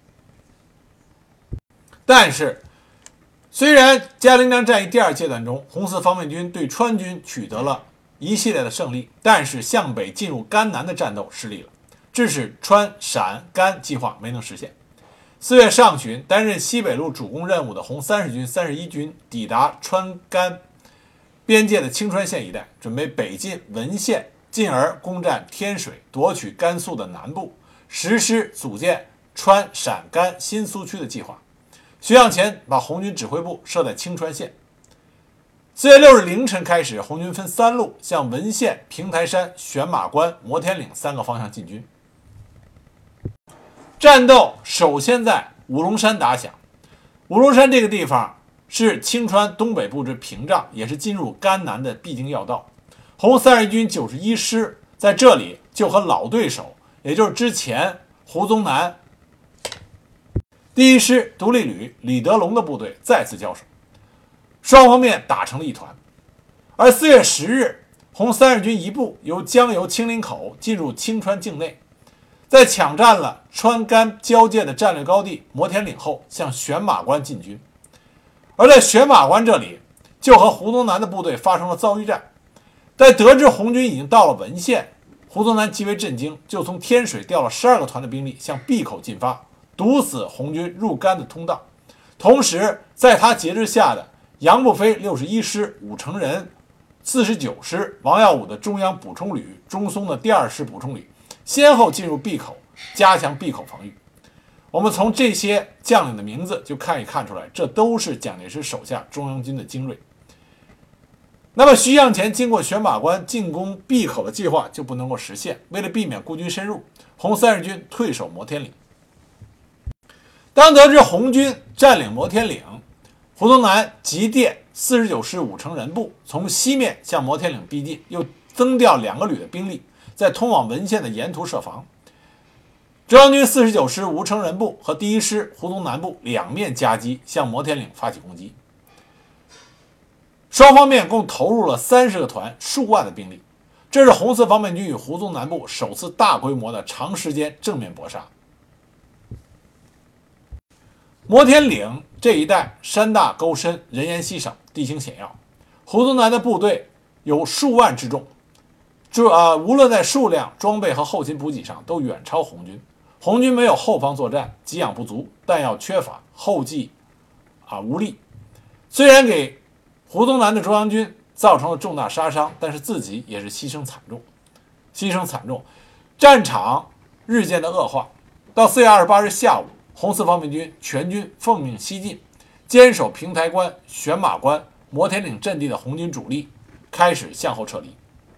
但是虽然嘉陵江战役第2阶段中，红四方面军对川军取得了一系列的胜利，但是向北进入甘南的战斗失利了，致使川陕甘计划没能实现。4月上旬，担任西北路主攻任务的红30军、31军抵达川甘边界的清川县一带，准备北进文县，进而攻占天水，夺取甘肃的南部，实施组建川陕甘新苏区的计划。徐向前把红军指挥部设在清川县。4月6日凌晨开始，红军分3路向文县、平台山、选马关、摩天岭3个方向进军。战斗首先在五龙山打响。五龙山这个地方是清川东北部之屏障，也是进入甘南的必经要道。红30军91师在这里就和老对手，也就是之前胡宗南第1师独立旅李德龙的部队再次交手，双方面打成了一团。而4月10日，红30军一部由江油青林口进入清川境内，在抢占了川甘交界的战略高地摩天岭后，向选马关进军。而在选马关这里，就和胡宗南的部队发生了遭遇战。在得知红军已经到了文县，胡宗南极为震惊，就从天水调了12个团的兵力向闭口进发，堵死红军入甘的通道。同时在他节制下的杨步飞61师、武成仁49师、王耀武的中央补充旅、钟松的第2师补充旅先后进入闭口，加强闭口防御。我们从这些将领的名字就可以看出来，这都是蒋介石手下中央军的精锐。那么徐向前经过选马关进攻闭口的计划就不能够实现，为了避免孤军深入，红30军退守摩天岭。当得知红军占领摩天岭，胡宗南急电49师武成仁部从西面向摩天岭逼近，又增调2个旅的兵力，在通往文县的沿途设防。中央军49师吴成仁部和第1师胡宗南部两面夹击，向摩天岭发起攻击。双方面共投入了30个团、数万的兵力，这是红四方面军与胡宗南部首次大规模的长时间正面搏杀。摩天岭这一带山大沟深，人烟稀少，地形险要。 胡宗南的部队有数万之众，无论在数量、装备和后勤补给上都远超红军。红军没有后方作战，给养不足，弹药缺乏，后继无力。虽然给胡宗南的中央军造成了重大杀伤，但是自己也是牺牲惨重。战场日渐的恶化，到4月28日下午，红四方面军全军奉命西进，坚守平台关、选马关、摩天岭阵地的红军主力开始向后撤离。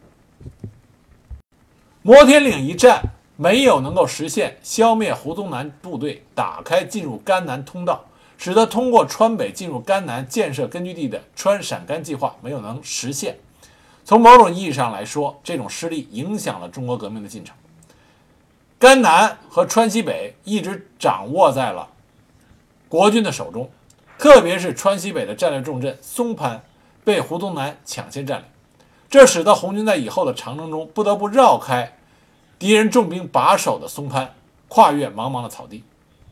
摩天岭一战没有能够实现消灭胡宗南部队，打开进入甘南通道，使得通过川北进入甘南建设根据地的川陕甘计划没有能实现。从某种意义上来说，这种失利影响了中国革命的进程。甘南和川西北一直掌握在了国军的手中，特别是川西北的战略重镇松潘被胡宗南抢先占领，这使得红军在以后的长征中不得不绕开敌人重兵把守的松潘，跨越茫茫的草地。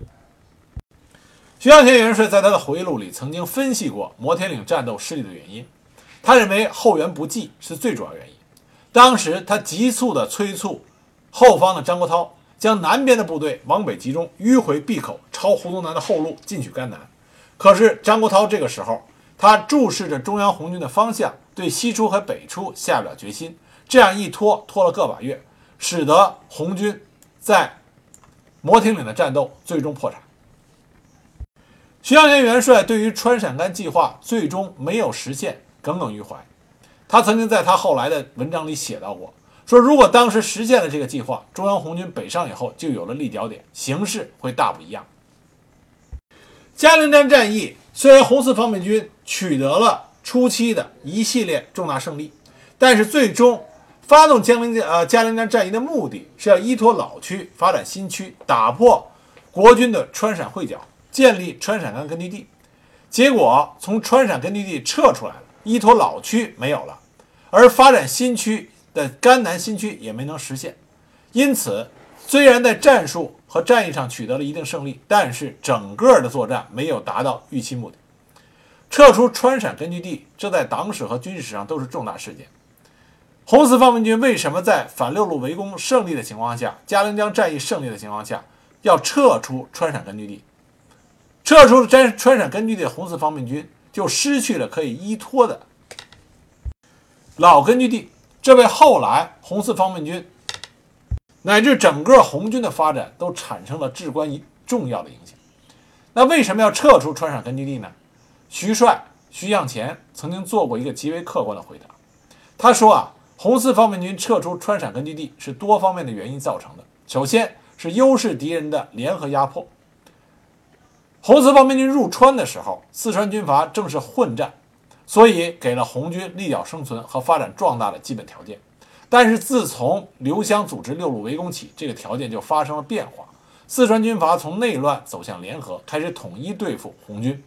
徐向前元帅在他的回忆录里曾经分析过摩天岭战斗失利的原因，他认为后援不济是最主要原因。当时他急速地催促后方的张国焘将南边的部队往北集中，迂回闭口，抄胡宗南的后路进取甘南。可是张国焘这个时候他注视着中央红军的方向，对西出和北出下不了决心，这样一拖了个把月，使得红军在摩天岭的战斗最终破产。徐向前元帅对于川陕甘计划最终没有实现耿耿于怀，他曾经在他后来的文章里写到过，说如果当时实现了这个计划，中央红军北上以后就有了立脚点，形势会大不一样。嘉陵站战役虽然红四方面军取得了初期的一系列重大胜利，但是最终发动嘉陵站战役的目的是要依托老区发展新区，打破国军的川陕会剿，建立川陕甘根据地。结果从川陕根据地撤出来了，依托老区没有了，而发展新区的甘南新区也没能实现。因此虽然在战术和战役上取得了一定胜利，但是整个的作战没有达到预期目的。撤出川陕根据地，这在党史和军事史上都是重大事件。红四方面军为什么在反六路围攻胜利的情况下，嘉陵江战役胜利的情况下，要撤出川陕根据地？撤出了川陕根据地的红四方面军就失去了可以依托的老根据地，这为后来红四方面军乃至整个红军的发展都产生了至关重要的影响。那为什么要撤出川陕根据地呢？徐向前曾经做过一个极为客观的回答，他说红四方面军撤出川陕根据地是多方面的原因造成的。首先是优势敌人的联合压迫。红四方面军入川的时候，四川军阀正是混战，所以给了红军立脚生存和发展壮大的基本条件。但是自从刘湘组织六路围攻起，这个条件就发生了变化，四川军阀从内乱走向联合，开始统一对付红军。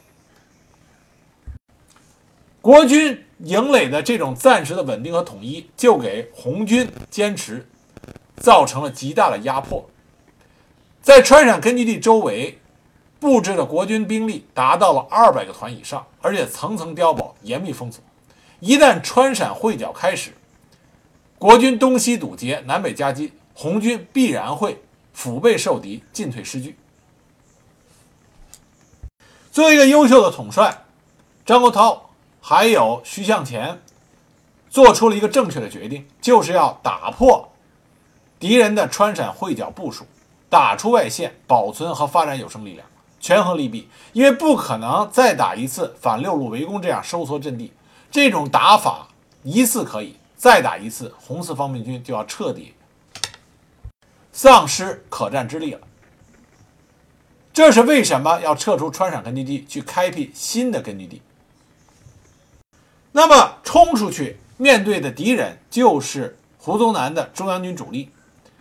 国军营垒的这种暂时的稳定和统一，就给红军坚持造成了极大的压迫。在川陕根据地周围布置的国军兵力达到了200个团以上，而且层层碉堡，严密封锁。一旦川陕会剿开始，国军东西堵截，南北夹击，红军必然会腹背受敌，进退失据。作为一个优秀的统帅，张国焘还有徐向前做出了一个正确的决定，就是要打破敌人的川陕会剿部署，打出外线，保存和发展有生力量，权衡利弊。因为不可能再打一次反六路围攻这样收缩阵地，这种打法一次可以，再打一次红四方面军就要彻底丧失可战之力了。这是为什么要撤出川陕根据地，去开辟新的根据地。那么冲出去面对的敌人就是胡宗南的中央军主力。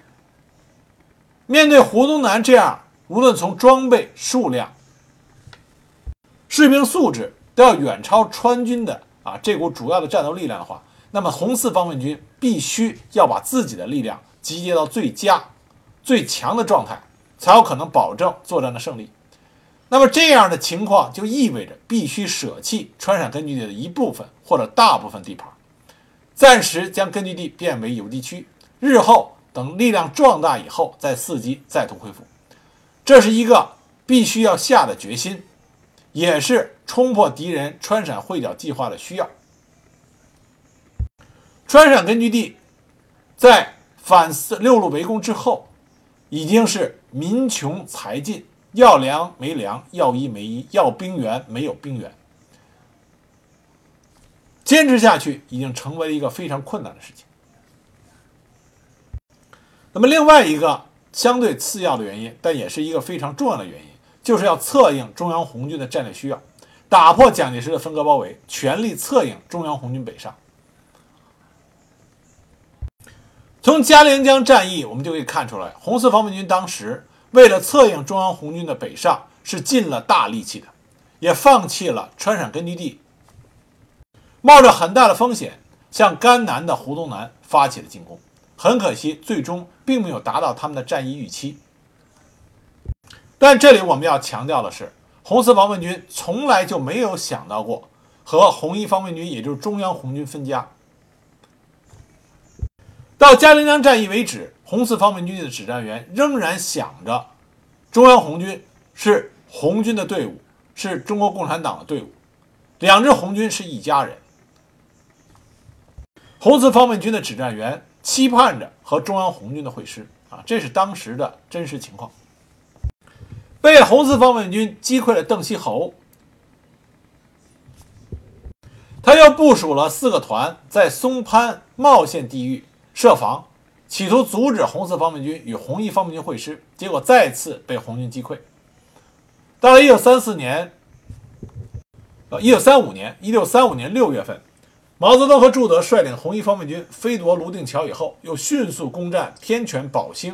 面对胡宗南这样无论从装备数量、士兵素质都要远超川军的这股主要的战斗力量的话，那么红四方面军必须要把自己的力量集结到最强的状态，才有可能保证作战的胜利。 那么这样的情况就意味着必须舍弃川陕根据地的一部分或者大部分地盘，暂时将根据地变为游击区，日后等力量壮大以后再伺机再图恢复。这是一个必须要下的决心，也是冲破敌人川陕会剿计划的需要。川陕根据地在反六路围攻之后，已经是民穷财尽，要粮没粮，要衣没衣，要兵源没有兵源，坚持下去已经成为了一个非常困难的事情。那么另外一个相对次要的原因，但也是一个非常重要的原因，就是要策应中央红军的战略需要，打破蒋介石的分割包围，全力策应中央红军北上。从嘉陵江战役我们就可以看出来，红四方面军当时为了策应中央红军的北上是尽了大力气的，也放弃了川陕根据地，冒着很大的风险向甘南的胡宗南发起了进攻。很可惜最终并没有达到他们的战役预期。但这里我们要强调的是，红四方面军从来就没有想到过和红一方面军也就是中央红军分家。到嘉陵江战役为止，红四方面军的指战员仍然想着中央红军是红军的队伍，是中国共产党的队伍，两支红军是一家人。红四方面军的指战员期盼着和中央红军的会师这是当时的真实情况。被红四方面军击溃了邓锡侯，他又部署了4个团在松潘茂县地域设防，企图阻止红四方面军与红一方面军会师，结果再次被红军击溃。到了1935年6月份，毛泽东和朱德率领红一方面军飞夺泸定桥以后，又迅速攻占天泉、宝兴，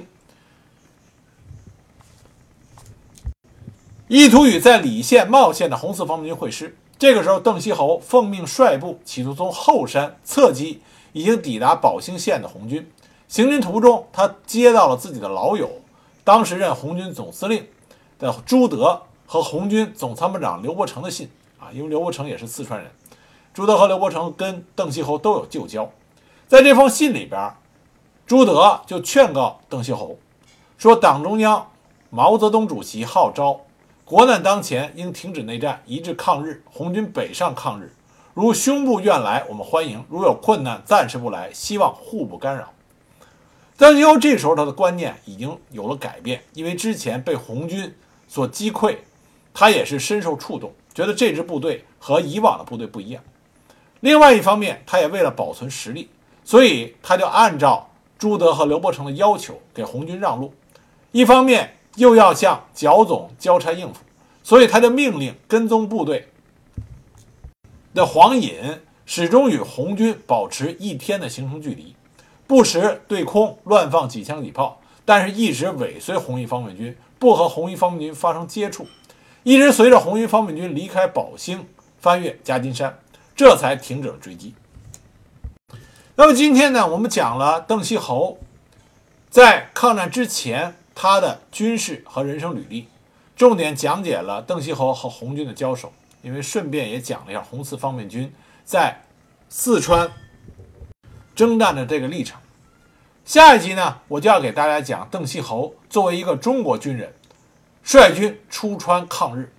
意图与在礼县、茂县的红四方面军会师。这个时候，邓锡侯奉命率部企图从后山侧击已经抵达宝兴县的红军。行军途中，他接到了自己的老友，当时任红军总司令的朱德和红军总参谋长刘伯承的信因为刘伯承也是四川人，朱德和刘伯承跟邓锡侯都有旧交。在这封信里边，朱德就劝告邓锡侯说，党中央毛泽东主席号召国难当前，应停止内战，一致抗日，红军北上抗日。如胸部愿来，我们欢迎；如有困难，暂时不来，希望互不干扰。邓锡侯这时候他的观念已经有了改变，因为之前被红军所击溃，他也是深受触动，觉得这支部队和以往的部队不一样。另外一方面，他也为了保存实力，所以他就按照朱德和刘伯承的要求给红军让路，一方面又要向剿总交差应付，所以他就命令跟踪部队的黄隐始终与红军保持1天的行程距离，不时对空乱放几枪几炮，但是一直尾随红一方面军，不和红一方面军发生接触，一直随着红一方面军离开宝兴，翻越夹金山，这才停止了追击。那么今天呢，我们讲了邓锡侯在抗战之前他的军事和人生履历，重点讲解了邓锡侯和红军的交手，因为顺便也讲了一下红四方面军在四川征战的这个历程。下一集呢，我就要给大家讲邓锡侯作为一个中国军人，率军出川抗日，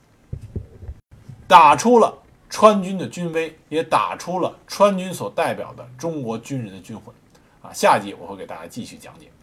打出了川军的军威，也打出了川军所代表的中国军人的军魂下一集我会给大家继续讲解。